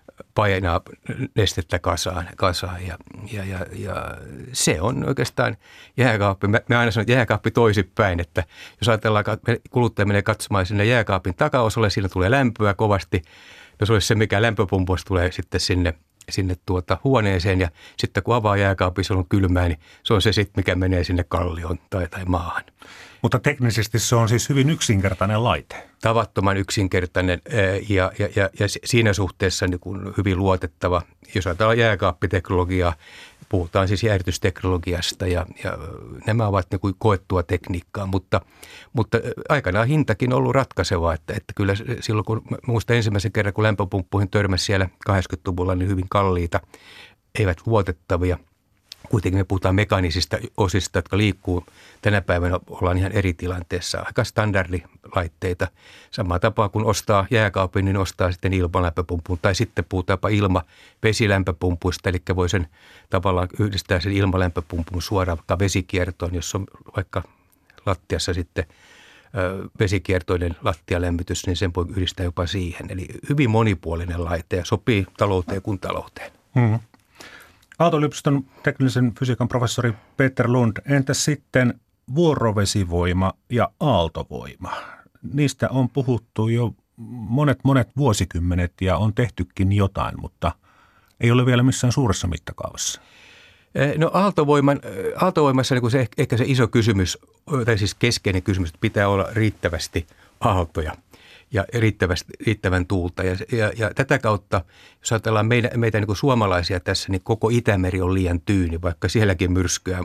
nestettä kasaan ja se on oikeastaan jääkaappi. Me aina sanon, että jääkaappi toisinpäin, että jos ajatellaan, että kuluttaja menee katsomaan sinne jääkaapin takaosalle, siinä tulee lämpöä kovasti. No se olisi se, mikä lämpöpumpusta tulee sitten sinne huoneeseen ja sitten kun avaa jääkaapin, se on kylmää, niin se on se sitten, mikä menee sinne kallioon tai maahan. Mutta teknisesti se on siis hyvin yksinkertainen laite. Tavattoman yksinkertainen ja siinä suhteessa niin kuin hyvin luotettava. Jos ajatellaan jääkaappiteknologiaa, puhutaan siis jäähdytysteknologiasta ja nämä ovat niin kuin koettua tekniikkaa, mutta aikanaan hintakin on ollut ratkaiseva, että kyllä silloin kun muistan ensimmäisen kerran, kun lämpöpumppuihin törmäsi siellä 80-luvulla, niin hyvin kalliita, eivät luotettavia. Kuitenkin me puhutaan mekaanisista osista, jotka liikkuu. Tänä päivänä ollaan ihan eri tilanteessa. Aika standardilaitteita. Samaa tapaa kun ostaa jääkaapin, niin ostaa sitten ilmalämpöpumpun. Tai sitten puhutaanpa vesilämpöpumpuista, eli voi sen tavallaan yhdistää sen ilmalämpöpumpun suoraan vaikka vesikiertoon, jos on vaikka lattiassa sitten vesikiertoinen lattialämmitys, niin sen voi yhdistää jopa siihen. Eli hyvin monipuolinen laite ja sopii talouteen kuin talouteen. Hmm. Aalto-yliopiston teknillisen fysiikan professori Peter Lund, entäs sitten vuorovesivoima ja aaltovoima? Niistä on puhuttu jo monet vuosikymmenet ja on tehtykin jotain, mutta ei ole vielä missään suuressa mittakaavassa. No aaltovoimassa niin se ehkä se iso kysymys, tai siis keskeinen kysymys, että pitää olla riittävästi aaltoja ja riittävän tuulta. Ja tätä kautta, jos ajatellaan meitä niin kuin suomalaisia tässä, niin koko Itämeri on liian tyyni, vaikka sielläkin myrskyä.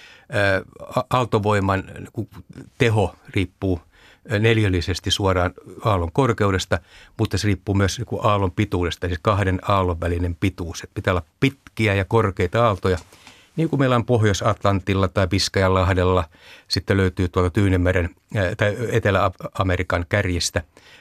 Aaltovoiman niin teho riippuu neliöllisesti suoraan aallon korkeudesta, mutta se riippuu myös niin kuin aallon pituudesta, siis 2 aallon välinen pituus. Että pitää olla pitkiä ja korkeita aaltoja. Niin kuin meillä on Pohjois-Atlantilla tai Piskajanlahdella, sitten löytyy tuolta Tyynenmeren tai Etelä-Amerikan kärjistä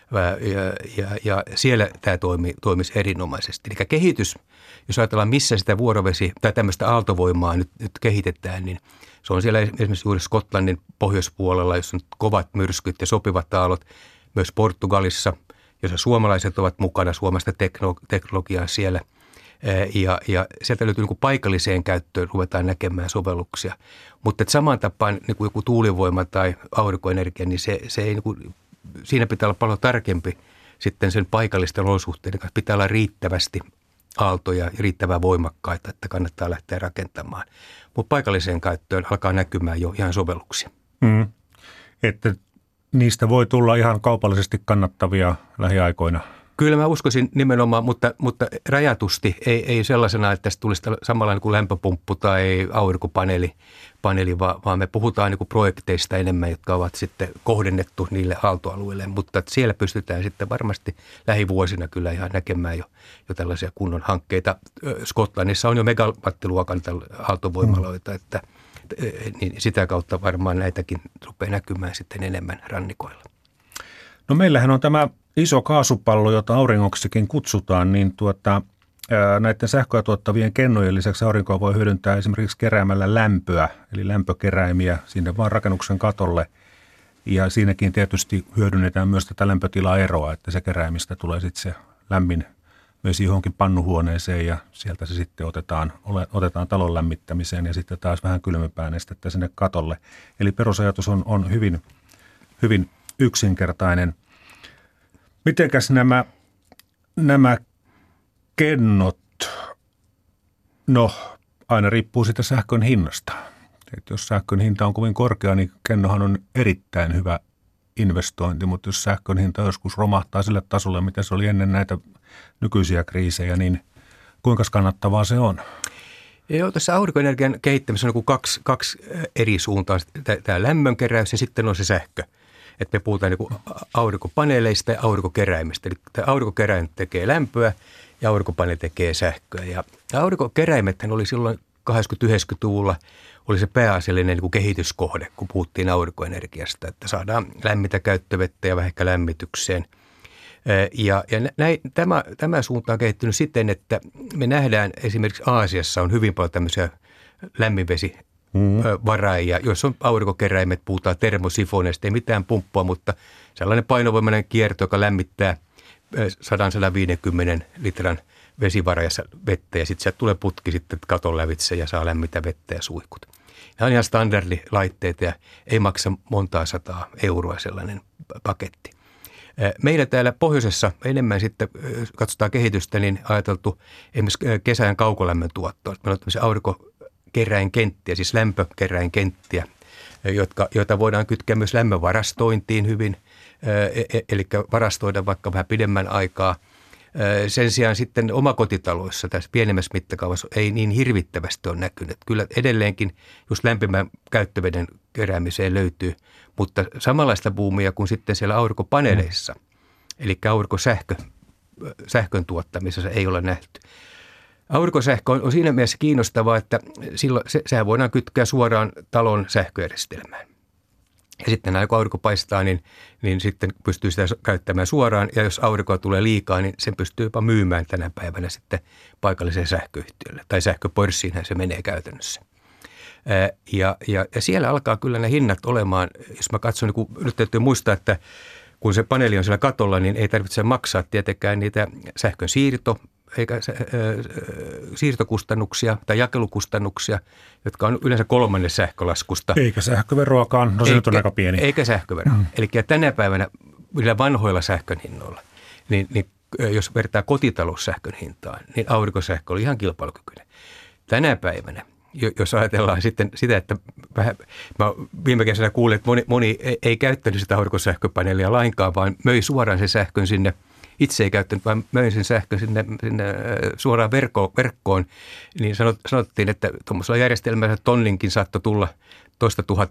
ja siellä tämä toimisi erinomaisesti. Eli kehitys, jos ajatellaan missä sitä vuorovesi tai tämmöistä aaltovoimaa nyt kehitetään, niin se on siellä esimerkiksi juuri Skotlannin pohjoispuolella, jossa on kovat myrskyt ja sopivat aallot, myös Portugalissa, jossa suomalaiset ovat mukana, suomalaista teknologiaa siellä. Ja sieltä löytyy niin kuin paikalliseen käyttöön ruvetaan näkemään sovelluksia. Mutta samaan tapaan niin kuin joku tuulivoima tai aurinkoenergia, niin se ei, niin kuin, siinä pitää olla paljon tarkempi sitten sen paikallisten olosuhteiden kanssa. Pitää olla riittävästi aaltoja ja riittävän voimakkaita, että kannattaa lähteä rakentamaan. Mutta paikalliseen käyttöön alkaa näkymään jo ihan sovelluksia. Että niistä voi tulla ihan kaupallisesti kannattavia lähiaikoina. Kyllä mä uskoisin nimenomaan, mutta rajatusti ei sellaisena, että tästä tulisi samanlainen kuin lämpöpumppu tai aurinkopaneeli, vaan me puhutaan niin kuin projekteista enemmän, jotka ovat sitten kohdennettu niille aaltoalueille, mutta siellä pystytään sitten varmasti lähivuosina kyllä ihan näkemään jo tällaisia kunnon hankkeita. Skotlannissa on jo megawattiluokan aaltovoimaloita, että niin sitä kautta varmaan näitäkin rupeaa näkymään sitten enemmän rannikoilla. No meillähän on tämä iso kaasupallo, jota auringoksikin kutsutaan, niin näiden sähköä tuottavien kennojen lisäksi aurinkoa voi hyödyntää esimerkiksi keräämällä lämpöä, eli lämpökeräimiä sinne vaan rakennuksen katolle. Ja siinäkin tietysti hyödynnetään myös tätä lämpötilaeroa, että se keräimistä tulee sitten se lämmin vesi johonkin pannuhuoneeseen ja sieltä se sitten otetaan talon lämmittämiseen ja sitten taas vähän kylmempää nestettä sinne katolle. Eli perusajatus on hyvin, hyvin yksinkertainen. Mitenkäs nämä kennot, no aina riippuu siitä sähkön hinnasta. Et jos sähkön hinta on kovin korkea, niin kennohan on erittäin hyvä investointi, mutta jos sähkön hinta joskus romahtaa sille tasolle, mitä se oli ennen näitä nykyisiä kriisejä, niin kuinka kannattavaa se on? Joo, tässä aurinkoenergian kehittämisessä on kaksi eri suuntaa. Tämä lämmönkeräys ja sitten on se sähkö. Että me puhutaan niin aurinkopaneeleista ja aurinkokeräimistä. Eli tämä aurinkokeräin tekee lämpöä ja aurinkopaneeli tekee sähköä. Ja aurinkokeräimethän oli silloin 80-90-luvulla oli se pääasiallinen niin kehityskohde, kun puhuttiin aurinkoenergiasta, että saadaan lämmintä käyttövettä ja vähän ehkä lämmitykseen. Tämä suunta on kehittynyt siten, että me nähdään esimerkiksi Aasiassa on hyvin paljon tämmöisiä lämminvesivaraajia, joissa on aurinkokeräimet, puhutaan termosifoneista, ei mitään pumppua, mutta sellainen painovoimainen kierto, joka lämmittää 100-150 litran vesivarajassa vettä ja sitten sieltä tulee putki sitten katon lävitse ja saa lämmitä vettä ja suihkut. Nämä on ihan standardilaitteita ja ei maksa montaa 100 euroa sellainen paketti. Meillä täällä pohjoisessa enemmän sitten, jos katsotaan kehitystä, niin ajateltu esimerkiksi kesän kaukolämmön tuottoa. Meillä on tämmöisiä aurinkokeräinkenttiä, siis lämpökeräinkenttiä, joita voidaan kytkeä myös lämmönvarastointiin hyvin, eli varastoida vaikka vähän pidemmän aikaa. Sen sijaan sitten omakotitaloissa tässä pienemmässä mittakaavassa ei niin hirvittävästi ole näkynyt. Kyllä edelleenkin just lämpimän käyttöveden keräämiseen löytyy, mutta samanlaista buumia kuin sitten siellä aurinkopaneeleissa, eli sähkön tuottamisessa ei ole nähty. Aurinkosähkö on siinä mielessä kiinnostavaa, että silloin sehän voidaan kytkeä suoraan talon sähköjärjestelmään. Ja sitten kun aurinko paistaa, niin sitten pystyy sitä käyttämään suoraan. Ja jos aurinkoa tulee liikaa, niin sen pystyy jopa myymään tänä päivänä sitten paikalliseen sähköyhtiölle. Tai sähköpörssiinhän se menee käytännössä. Ja siellä alkaa kyllä ne hinnat olemaan, jos mä katson, niin nyt täytyy muistaa, että kun se paneeli on siellä katolla, niin ei tarvitse maksaa tietenkään niitä sähkön eikä siirtokustannuksia tai jakelukustannuksia, jotka on yleensä kolmannes sähkölaskusta. Eikä sähköveroakaan, no se nyt on aika pieni. Eikä sähköveroa. Eli tänä päivänä niillä vanhoilla sähkön hinnoilla, niin jos vertaa kotitaloussähkön hintaan, niin aurinkosähkö oli ihan kilpailukykyinen. Tänä päivänä, jos ajatellaan sitten sitä, että mä viime kesänä kuulin, että moni ei käyttänyt sitä aurinkosähköpaneelia lainkaan, vaan möi suoraan sen sähkön sinne. Itse ei käyttänyt, vaan möin sen sähkön sinne suoraan verkkoon, niin sanottiin, että tuollaisella järjestelmällä tonninkin saattoi tulla 1 000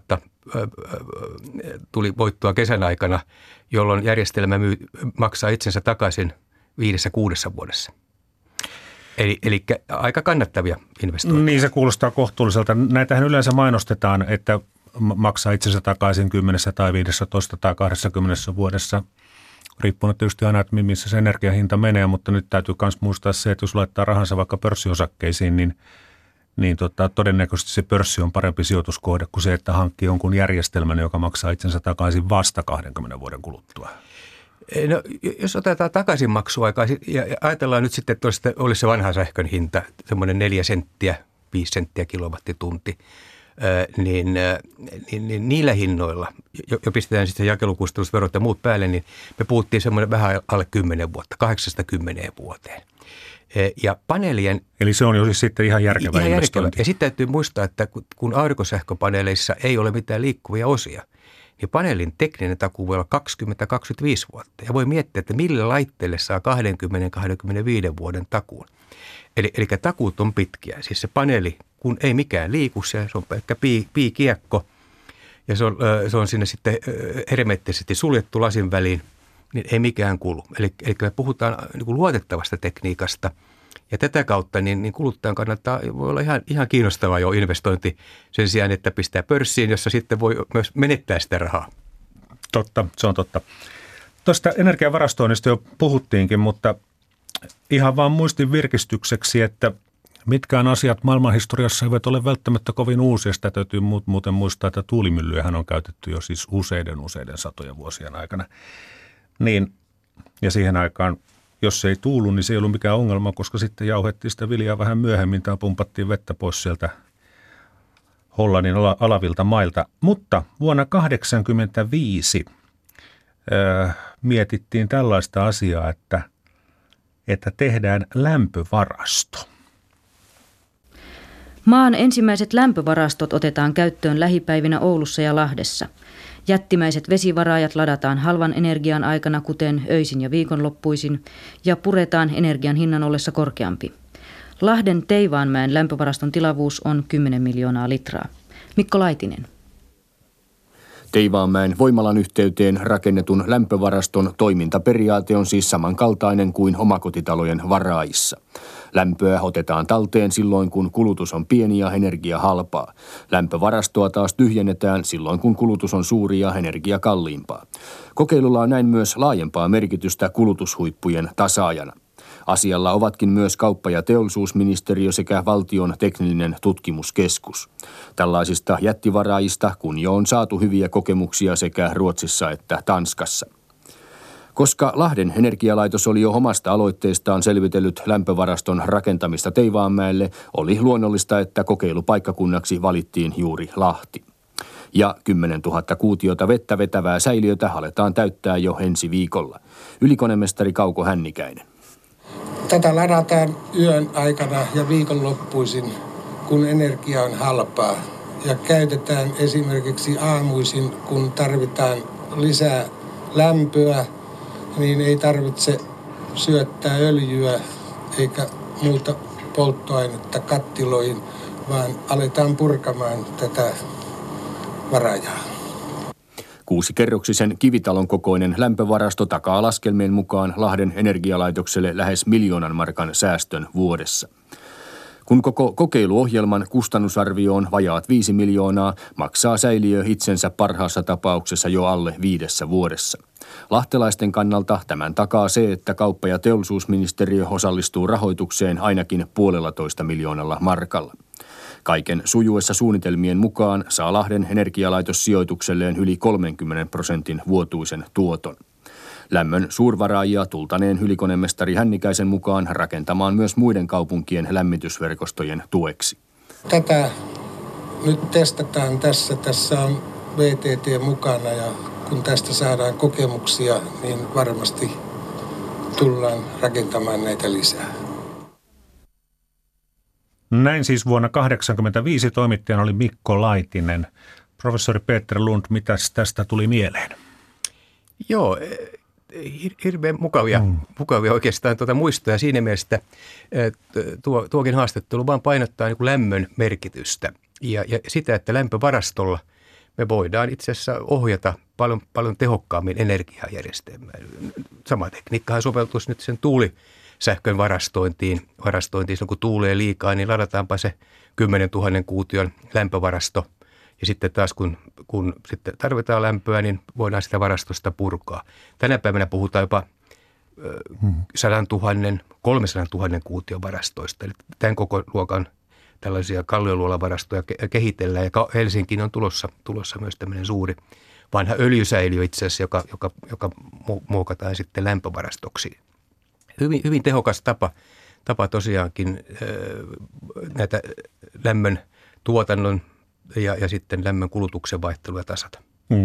tuli voittoa kesän aikana, jolloin järjestelmä maksaa itsensä takaisin 5-6 vuodessa. Eli aika kannattavia investointeja. Niin se kuulostaa kohtuulliselta. Näitähän yleensä mainostetaan, että maksaa itsensä takaisin 10 tai 15 tai 20 vuodessa. Riippuen tietysti aina, että missä se energiahinta menee, mutta nyt täytyy myös muistaa se, että jos laittaa rahansa vaikka pörssiosakkeisiin, niin todennäköisesti se pörssi on parempi sijoituskohde kuin se, että hankkii jonkun järjestelmän, joka maksaa itsensä takaisin vasta 20 vuoden kuluttua. No, jos otetaan takaisinmaksuaikaa ja ajatellaan nyt sitten, että olisi se vanha sähkön hinta, semmoinen 4 senttiä, 5 senttiä kilowattitunti, niin niillä hinnoilla, jo pistetään sitten jakelukustannusverot ja muut päälle, niin me puhuttiin semmoinen vähän alle 10 vuotta, 8-10 vuoteen. Ja paneelien... Eli se on jo siis sitten ihan järkevä investointi. Ja sitten täytyy muistaa, että kun aurinkosähköpaneeleissa ei ole mitään liikkuvia osia, niin paneelin tekninen takuu voi olla 20-25 vuotta. Ja voi miettiä, että millä laitteelle saa 20-25 vuoden takuun. Eli takuut on pitkiä. Siis se paneeli, kun ei mikään liiku, se on pelkkä piikiekko ja se on sinne sitten hermeettisesti suljettu lasin väliin, niin ei mikään kulu. Eli me puhutaan niin kuin luotettavasta tekniikasta ja tätä kautta niin kuluttajan kannalta voi olla ihan kiinnostava jo investointi sen sijaan, että pistää pörssiin, jossa sitten voi myös menettää sitä rahaa. Totta, se on totta. Tuosta energiavarastoinnista jo puhuttiinkin, mutta ihan vaan muistin virkistykseksi, että Mitkään asiat maailmanhistoriassa eivät ole välttämättä kovin uusia. Sitä täytyy muuten muistaa, että tuulimyllyähän on käytetty jo siis useiden satojen vuosien aikana. Niin, ja siihen aikaan, jos se ei tuulu, niin se ei ollut mikään ongelma, koska sitten jauhettiin sitä viljaa vähän myöhemmin tai pumpattiin vettä pois sieltä Hollannin alavilta mailta. Mutta vuonna 1985 mietittiin tällaista asiaa, että tehdään lämpövarasto. Maan ensimmäiset lämpövarastot otetaan käyttöön lähipäivinä Oulussa ja Lahdessa. Jättimäiset vesivaraajat ladataan halvan energian aikana, kuten öisin ja viikonloppuisin, ja puretaan energian hinnan ollessa korkeampi. Lahden Teivaanmäen lämpövaraston tilavuus on 10 miljoonaa litraa. Mikko Laitinen. Teivaanmäen voimalan yhteyteen rakennetun lämpövaraston toimintaperiaate on siis samankaltainen kuin omakotitalojen varaajissa. Lämpöä otetaan talteen silloin, kun kulutus on pieni ja energia halpaa. Lämpövarastoa taas tyhjennetään silloin, kun kulutus on suuri ja energia kalliimpaa. Kokeilulla on näin myös laajempaa merkitystä kulutushuippujen tasaajana. Asialla ovatkin myös kauppa- ja teollisuusministeriö sekä valtion teknillinen tutkimuskeskus. Tällaisista jättivaraajista kun jo on saatu hyviä kokemuksia sekä Ruotsissa että Tanskassa. Koska Lahden energialaitos oli jo omasta aloitteestaan selvitellyt lämpövaraston rakentamista Teivaanmäelle, oli luonnollista, että kokeilupaikkakunnaksi valittiin juuri Lahti. Ja 10 000 kuutiota vettä vetävää säiliötä aletaan täyttää jo ensi viikolla. Ylikonemestari Kauko Hännikäinen. Tätä ladataan yön aikana ja viikonloppuisin, kun energia on halpaa. Ja käytetään esimerkiksi aamuisin, kun tarvitaan lisää lämpöä, niin ei tarvitse syöttää öljyä eikä muuta polttoainetta kattiloihin, vaan aletaan purkamaan tätä varaajaa. 6-kerroksisen kivitalon kokoinen lämpövarasto takaa laskelmien mukaan Lahden energialaitokselle lähes 1 000 000 markan säästön vuodessa. Kun koko kokeiluohjelman kustannusarvio on vajaat 5 miljoonaa, maksaa säiliö itsensä parhaassa tapauksessa jo alle 5 vuodessa. Lahtelaisten kannalta tämän takaa se, että kauppa- ja teollisuusministeriö osallistuu rahoitukseen ainakin 1,5 miljoonalla markalla. Kaiken sujuessa suunnitelmien mukaan saa Lahden energialaitos sijoitukselleen yli 30% vuotuisen tuoton. Lämmön suurvaraajia tultaneen ylikonemestari Hännikäisen mukaan rakentamaan myös muiden kaupunkien lämmitysverkostojen tueksi. Tätä nyt testataan tässä. Tässä on VTT mukana ja kun tästä saadaan kokemuksia, niin varmasti tullaan rakentamaan näitä lisää. Näin siis vuonna 1985 toimittajana oli Mikko Laitinen. Professori Peter Lund, mitäs tästä tuli mieleen? Joo, hirveän mukavia oikeastaan muistoja siinä mielessä, että tuokin haastattelu vaan painottaa niin kuin lämmön merkitystä ja sitä, että lämpövarastolla me voidaan itse asiassa ohjata paljon tehokkaammin energiajärjestelmään. Sama tekniikkahan soveltuisi nyt sen tuulisähkön varastointiin, kun tuulee liikaa, niin ladataanpa se 10 000 kuution lämpövarasto. Ja sitten taas kun sitten tarvitaan lämpöä, niin voidaan sitä varastosta purkaa. Tänä päivänä puhutaan jopa 100 000, 300 000 kuution varastoista. Eli tämän koko luokan tällaisia kallioluolavarastoja kehitellään. Ja Helsinkiin on tulossa myös tämmöinen suuri vanha öljysäiliö itse asiassa, joka muokataan sitten lämpövarastoksi. Hyvin tehokas tapa tosiaankin näitä lämmön tuotannon ja sitten lämmön kulutuksen vaihtelua tasata.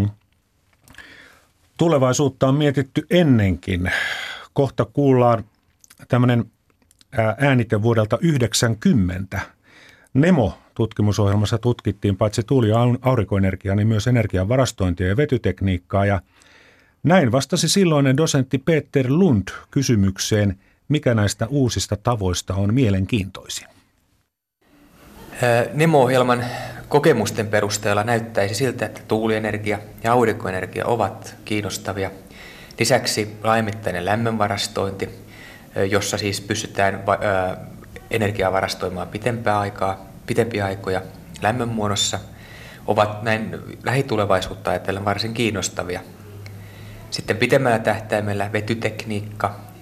Tulevaisuutta on mietitty ennenkin. Kohta kuullaan tämmöinen äänite vuodelta 1990. Nemo-tutkimusohjelmassa tutkittiin paitsi tuuli- ja aurinkoenergiaa, niin myös energian varastointia ja vetytekniikkaa. Ja näin vastasi silloinen dosentti Peter Lund kysymykseen, mikä näistä uusista tavoista on mielenkiintoisin. Nemo-ohjelman kokemusten perusteella näyttäisi siltä, että tuulienergia ja aurinkoenergia ovat kiinnostavia. Lisäksi laajamittainen lämmönvarastointi, jossa siis pystytään energiaa varastoimaan pitempiä aikoja lämmön muodossa, ovat näin lähitulevaisuutta ajatellen varsin kiinnostavia. Sitten pitemmällä tähtäimellä vetytekniikka,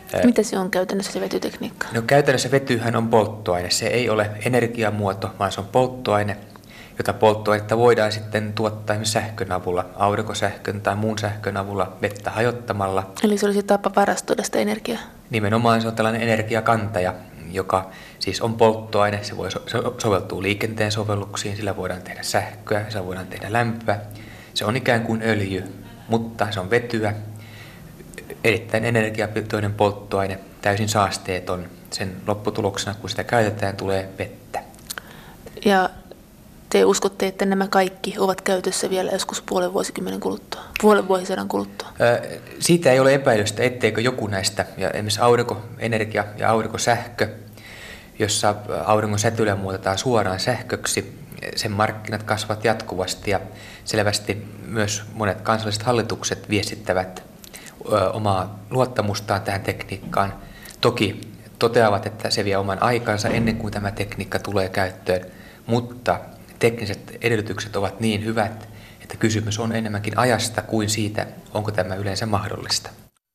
Mitä se on käytännössä se vetytekniikka? No käytännössä vetyhän on polttoaine. Se ei ole energiamuoto, vaan se on polttoaine, jota polttoainetta voidaan sitten tuottaa esimerkiksi sähkön avulla, aurinkosähkön tai muun sähkön avulla vettä hajottamalla. Eli se olisi tapa varastoida sitä energiaa? Nimenomaan se on tällainen energiakantaja, joka siis on polttoaine. Se voi soveltua liikenteen sovelluksiin, sillä voidaan tehdä sähköä, sillä voidaan tehdä lämpöä. Se on ikään kuin öljy, mutta se on vetyä, erittäin energiapitoinen polttoaine, täysin saasteeton. Sen lopputuloksena, kun sitä käytetään, tulee vettä. Ja te uskotte, että nämä kaikki ovat käytössä vielä joskus puolen vuosisadan kuluttua? Siitä ei ole epäilystä, etteikö joku näistä, ja esimerkiksi aurinkoenergia ja aurinkosähkö, jossa auringon säteilyä muutetaan suoraan sähköksi, sen markkinat kasvavat jatkuvasti ja selvästi myös monet kansalliset hallitukset viestittävät omaa luottamustaan tähän tekniikkaan. Toki toteavat, että se vie oman aikansa ennen kuin tämä tekniikka tulee käyttöön, mutta tekniset edellytykset ovat niin hyvät, että kysymys on enemmänkin ajasta kuin siitä, onko tämä yleensä mahdollista.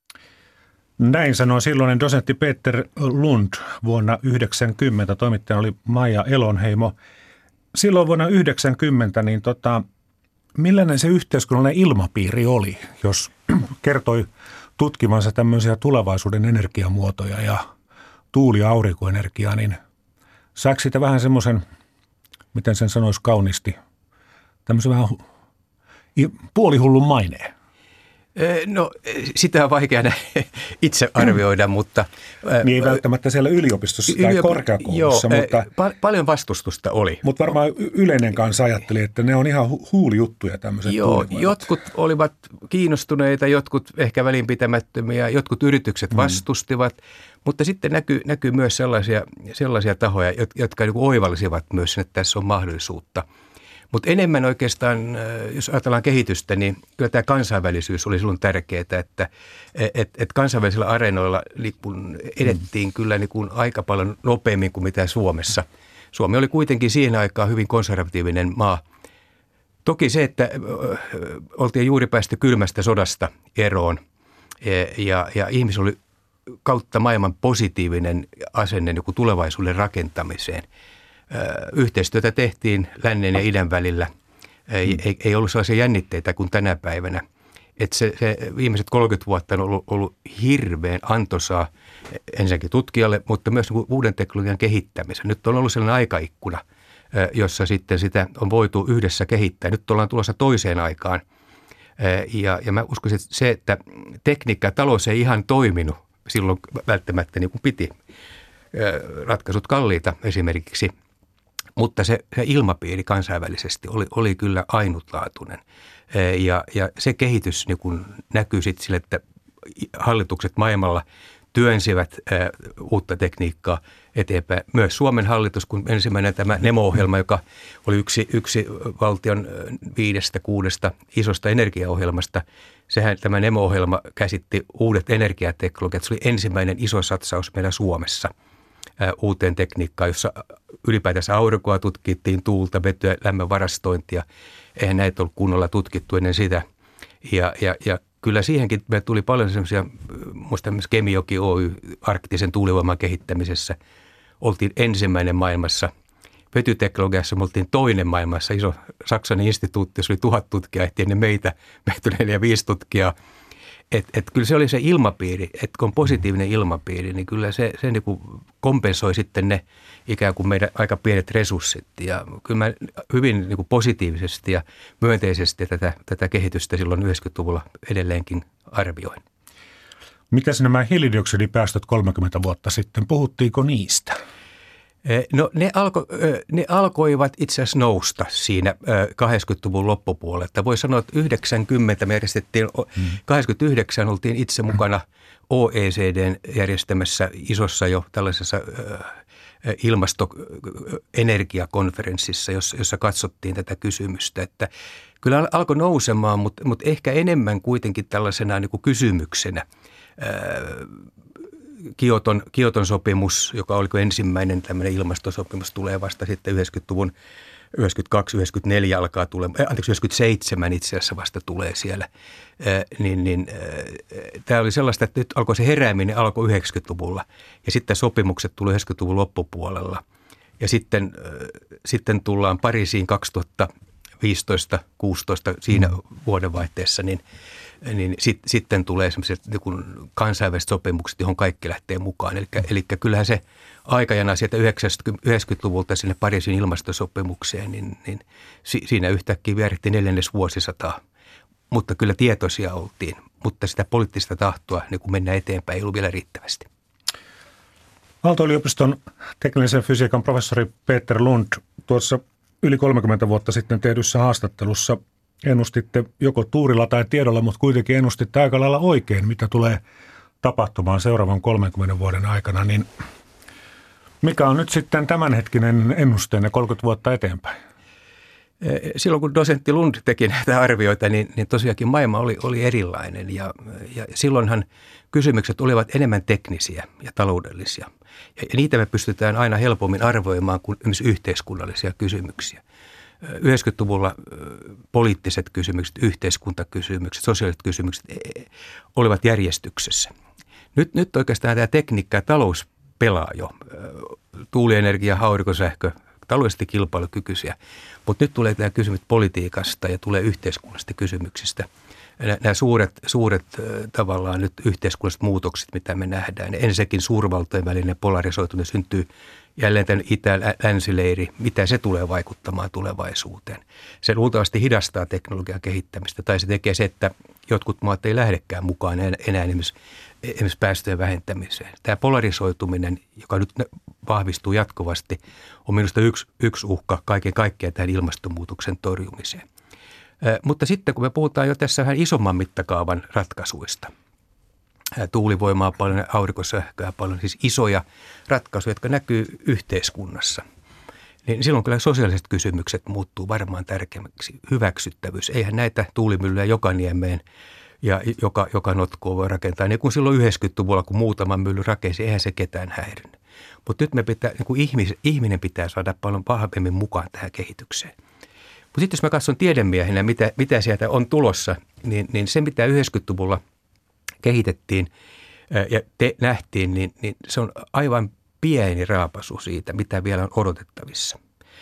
Näin sanoi silloinen dosentti Peter Lund vuonna 1990. Toimittajana oli Maija Elonheimo. Silloin vuonna 1990, niin millainen se yhteiskunnallinen ilmapiiri oli, jos kertoi tutkimansa tämmöisiä tulevaisuuden energiamuotoja ja tuuli- ja aurinkoenergiaa, niin saako siitä vähän semmoisen, miten sen sanoisi kauniisti, tämmöisen vähän puolihullun maineen? No sitä on vaikea itse arvioida, mutta... Niin ei välttämättä siellä yliopistossa tai korkeakoulussa, mutta... Paljon vastustusta oli. Mutta varmaan yleinen kanssa ajatteli, että ne on ihan huulijuttuja tämmöiset. Joo, jotkut olivat kiinnostuneita, jotkut ehkä välinpitämättömiä, jotkut yritykset vastustivat, mutta sitten näkyy myös sellaisia tahoja, jotka oivalsivat myös, että tässä on mahdollisuutta. Mutta enemmän oikeastaan, jos ajatellaan kehitystä, niin kyllä tämä kansainvälisyys oli silloin tärkeää, että kansainvälisillä areenoilla edettiin kyllä aika paljon nopeammin kuin mitä Suomessa. Suomi oli kuitenkin siihen aikaan hyvin konservatiivinen maa. Toki se, että oltiin juuri päästy kylmästä sodasta eroon ja ihmisillä oli kautta maailman positiivinen asenne tulevaisuuden rakentamiseen. Yhteistyötä tehtiin lännen ja idän välillä. Ei ollut sellaisia jännitteitä kuin tänä päivänä. Että se viimeiset 30 vuotta on ollut hirveän antoisaa ensinnäkin tutkijalle, mutta myös uuden teknologian kehittämiseen. Nyt on ollut sellainen aikaikkuna, jossa sitten sitä on voitu yhdessä kehittää. Nyt ollaan tulossa toiseen aikaan. Ja mä uskoisin, että se, että tekniikka ja talous ei ihan toiminut silloin välttämättä niin kuin piti. Ratkaisut kalliita esimerkiksi. Mutta se ilmapiiri kansainvälisesti oli kyllä ainutlaatuinen ja se kehitys niin kun näkyy sitten sille, että hallitukset maailmalla työnsivät uutta tekniikkaa eteenpäin. Myös Suomen hallitus, kun ensimmäinen tämä NEMO-ohjelma, joka oli yksi valtion 5-6 isosta energiaohjelmasta, tämä NEMO-ohjelma käsitti uudet energiateknologiat. Se oli ensimmäinen iso satsaus meillä Suomessa uuteen tekniikkaan, jossa ylipäätänsä aurinkoa tutkittiin, tuulta, vetyä, lämmön varastointia. Eihän näitä ollut kunnolla tutkittu ennen sitä. Ja kyllä siihenkin me tuli paljon semmoisia, muista myös Kemijoki Oy arktisen tuulivoiman kehittämisessä. Oltiin ensimmäinen maailmassa. Vetyteknologiassa me oltiin toinen maailmassa. Iso Saksan instituutti, jossa oli 1000 tutkijaa, ehti ennen meitä 4-5 tutkijaa. Että kyllä se oli se ilmapiiri, että kun on positiivinen ilmapiiri, niin kyllä se niin kuin kompensoi sitten ne ikään kuin meidän aika pienet resurssit. Ja kyllä mä hyvin niin kuin positiivisesti ja myönteisesti tätä kehitystä silloin 90-luvulla edelleenkin arvioin. Mitäs nämä hiilidioksidipäästöt 30 vuotta sitten, puhuttiinko niistä? No ne alkoivat itse asiassa nousta siinä 80-luvun loppupuolella. Voi sanoa, että 90 me järjestettiin, 89 oltiin itse mukana OECDn järjestämässä isossa jo tällaisessa ilmastoenergiakonferenssissa, jossa katsottiin tätä kysymystä. Että kyllä alkoi nousemaan, mutta ehkä enemmän kuitenkin tällaisena niin kuin kysymyksenä. Kioton sopimus, joka oli ensimmäinen tämmöinen ilmastosopimus, tulee vasta sitten 90-luvun 92-94 alkaa tulee, 97 itse asiassa vasta tulee siellä, tämä oli sellaista, että nyt alkoi se herääminen alkoi 90-luvulla ja sitten sopimukset tuli 90-luvun loppupuolella ja sitten tullaan Pariisiin 2015-16 siinä vuodenvaihteessa, niin sitten tulee sellaiset niin kansainväliset sopimukset, johon kaikki lähtee mukaan. Eli kyllähän se aikajana sieltä 90-luvulta sinne Pariisin ilmastosopimukseen, niin siinä yhtäkkiä vierähti 4. vuosisataa. Mutta kyllä tietoisia oltiin, mutta sitä poliittista tahtoa, niin kun mennään eteenpäin, ei ollut vielä riittävästi. Aalto-yliopiston teknillisen fysiikan professori Peter Lund, tuossa yli 30 vuotta sitten tehdyssä haastattelussa ennustitte joko tuurilla tai tiedolla, mutta kuitenkin ennustitte aika lailla oikein, mitä tulee tapahtumaan seuraavan 30 vuoden aikana. Niin mikä on nyt sitten tämänhetkinen ennusteenne 30 vuotta eteenpäin? Silloin kun dosentti Lund teki näitä arvioita, niin tosiaankin maailma oli erilainen ja silloinhan kysymykset olivat enemmän teknisiä ja taloudellisia. Ja niitä me pystytään aina helpommin arvioimaan kuin esimerkiksi yhteiskunnallisia kysymyksiä. 90-luvulla poliittiset kysymykset, yhteiskuntakysymykset, sosiaaliset kysymykset olivat järjestyksessä. Nyt oikeastaan tämä tekniikka ja talous pelaa jo. Tuulienergia, aurinkosähkö, taloudellisesti kilpailukykyisiä. Mutta nyt tulee tämä kysymys politiikasta ja tulee yhteiskunnallisista kysymyksistä. Nämä suuret tavallaan nyt yhteiskunnalliset muutokset, mitä me nähdään. Ensinnäkin suurvaltojen välinen polarisoituminen syntyy jälleen tämän itä-länsileiri, mitä se tulee vaikuttamaan tulevaisuuteen. Se luultavasti hidastaa teknologian kehittämistä tai se tekee se, että jotkut maat ei lähdekään mukaan enää esimerkiksi päästöjen vähentämiseen. Tämä polarisoituminen, joka nyt vahvistuu jatkuvasti, on minusta yksi uhka kaiken kaikkiaan tähän ilmastonmuutoksen torjumiseen. Mutta sitten kun me puhutaan jo tässä vähän isomman mittakaavan ratkaisuista, tuulivoimaa paljon, aurinkosähköä paljon, siis isoja ratkaisuja, jotka näkyy yhteiskunnassa, niin silloin kyllä sosiaaliset kysymykset muuttuu varmaan tärkeämmäksi. Hyväksyttävyys. Eihän näitä tuulimyllyjä Jokaniemeen ja joka notkoon voi rakentaa. Niin kuin silloin 90-luvulla, kun muutama mylly rakensi, eihän se ketään häirinyt. Mutta nyt me pitää, niin kuin ihminen pitää saada paljon vahvemmin mukaan tähän kehitykseen. Mutta sitten jos mä katson tiedemiehenä, mitä sieltä on tulossa, niin se mitä 90-luvulla kehitettiin ja nähtiin, niin se on aivan pieni raapasu siitä, mitä vielä on odotettavissa.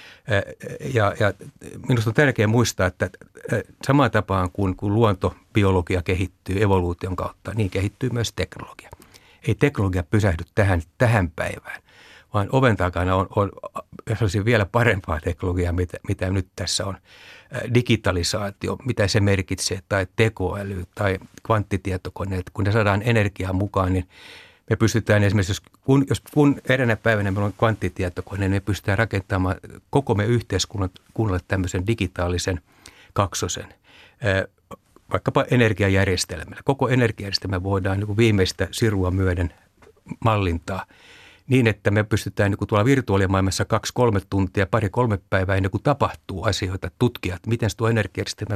Ja minusta on tärkeää muistaa, että samaan tapaan kuin luontobiologia kehittyy evoluution kautta, niin kehittyy myös teknologia. Ei teknologia pysähdy tähän päivään, vaan oven takana on vielä parempaa teknologiaa, mitä nyt tässä on. Digitalisaatio, mitä se merkitsee, tai tekoäly tai kvanttitietokoneet. Kun ne saadaan energiaa mukaan, niin me pystytään esimerkiksi, kun eräänä päivänä meillä on kvanttitietokone, niin me pystytään rakentamaan koko meidän yhteiskunnalle tämmöisen digitaalisen kaksosen, vaikkapa energiajärjestelmällä. Koko energiajärjestelmä voidaan niin kuin viimeistä sirua myöden mallintaa niin, että me pystytään niin kuin tuolla virtuaalimaailmassa 2-3 tuntia, 2-3 päivää ennen kuin tapahtuu asioita, tutkia, että miten se tuo energiajärjestelmä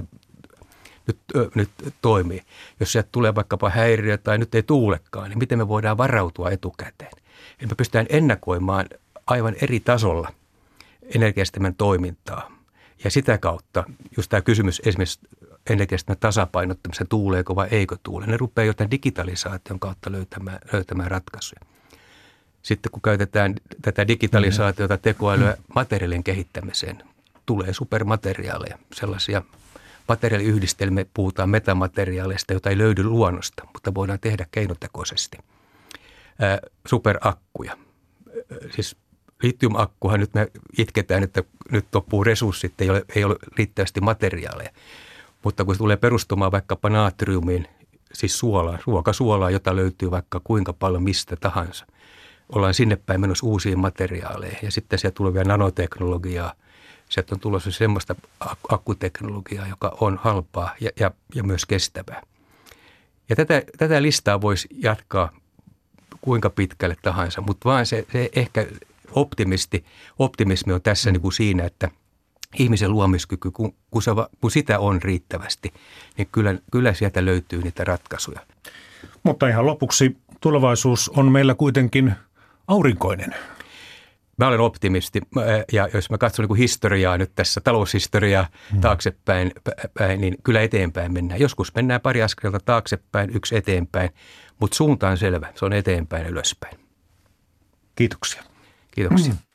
nyt toimii. Jos sieltä tulee vaikkapa häiriö tai nyt ei tuulekaan, niin miten me voidaan varautua etukäteen. Eli me pystytään ennakoimaan aivan eri tasolla energiajärjestelmän toimintaa. Ja sitä kautta just tämä kysymys esimerkiksi energiajärjestelmän tasapainottamisen, tuuleeko vai eikö tuule, ne rupeaa jo tämän digitalisaation kautta löytämään ratkaisuja. Sitten kun käytetään tätä digitalisaatiota, tekoälyä materiaalien kehittämiseen, tulee supermateriaaleja, sellaisia materiaaliyhdistelmiä, puhutaan metamateriaaleista, joita ei löydy luonnosta, mutta voidaan tehdä keinotekoisesti. Superakkuja. Siis litiumakkuhan nyt me itketään, että nyt loppuu resurssit, ei ole riittävästi materiaaleja. Mutta kun se tulee perustumaan vaikkapa natriumiin, siis suolaan, ruokasuolaan, jota löytyy vaikka kuinka paljon mistä tahansa, ollaan sinne päin menossa uusiin materiaaleihin ja sitten sieltä tulee vielä nanoteknologiaa. Sieltä on tulossa semmoista akkuteknologiaa, joka on halpaa ja myös kestävää. Ja tätä listaa voisi jatkaa kuinka pitkälle tahansa, mutta vaan se ehkä optimismi on tässä niin kuin siinä, että ihmisen luomiskyky, kun sitä on riittävästi, niin kyllä sieltä löytyy niitä ratkaisuja. Mutta ihan lopuksi tulevaisuus on meillä kuitenkin aurinkoinen. Mä olen optimisti ja jos mä katson niin historiaa nyt tässä, taloushistoriaa taaksepäin, niin kyllä eteenpäin mennään. Joskus mennään pari askelta taaksepäin, yksi eteenpäin, mutta suunta on selvä. Se on eteenpäin ja ylöspäin. Kiitoksia. Kiitoksia.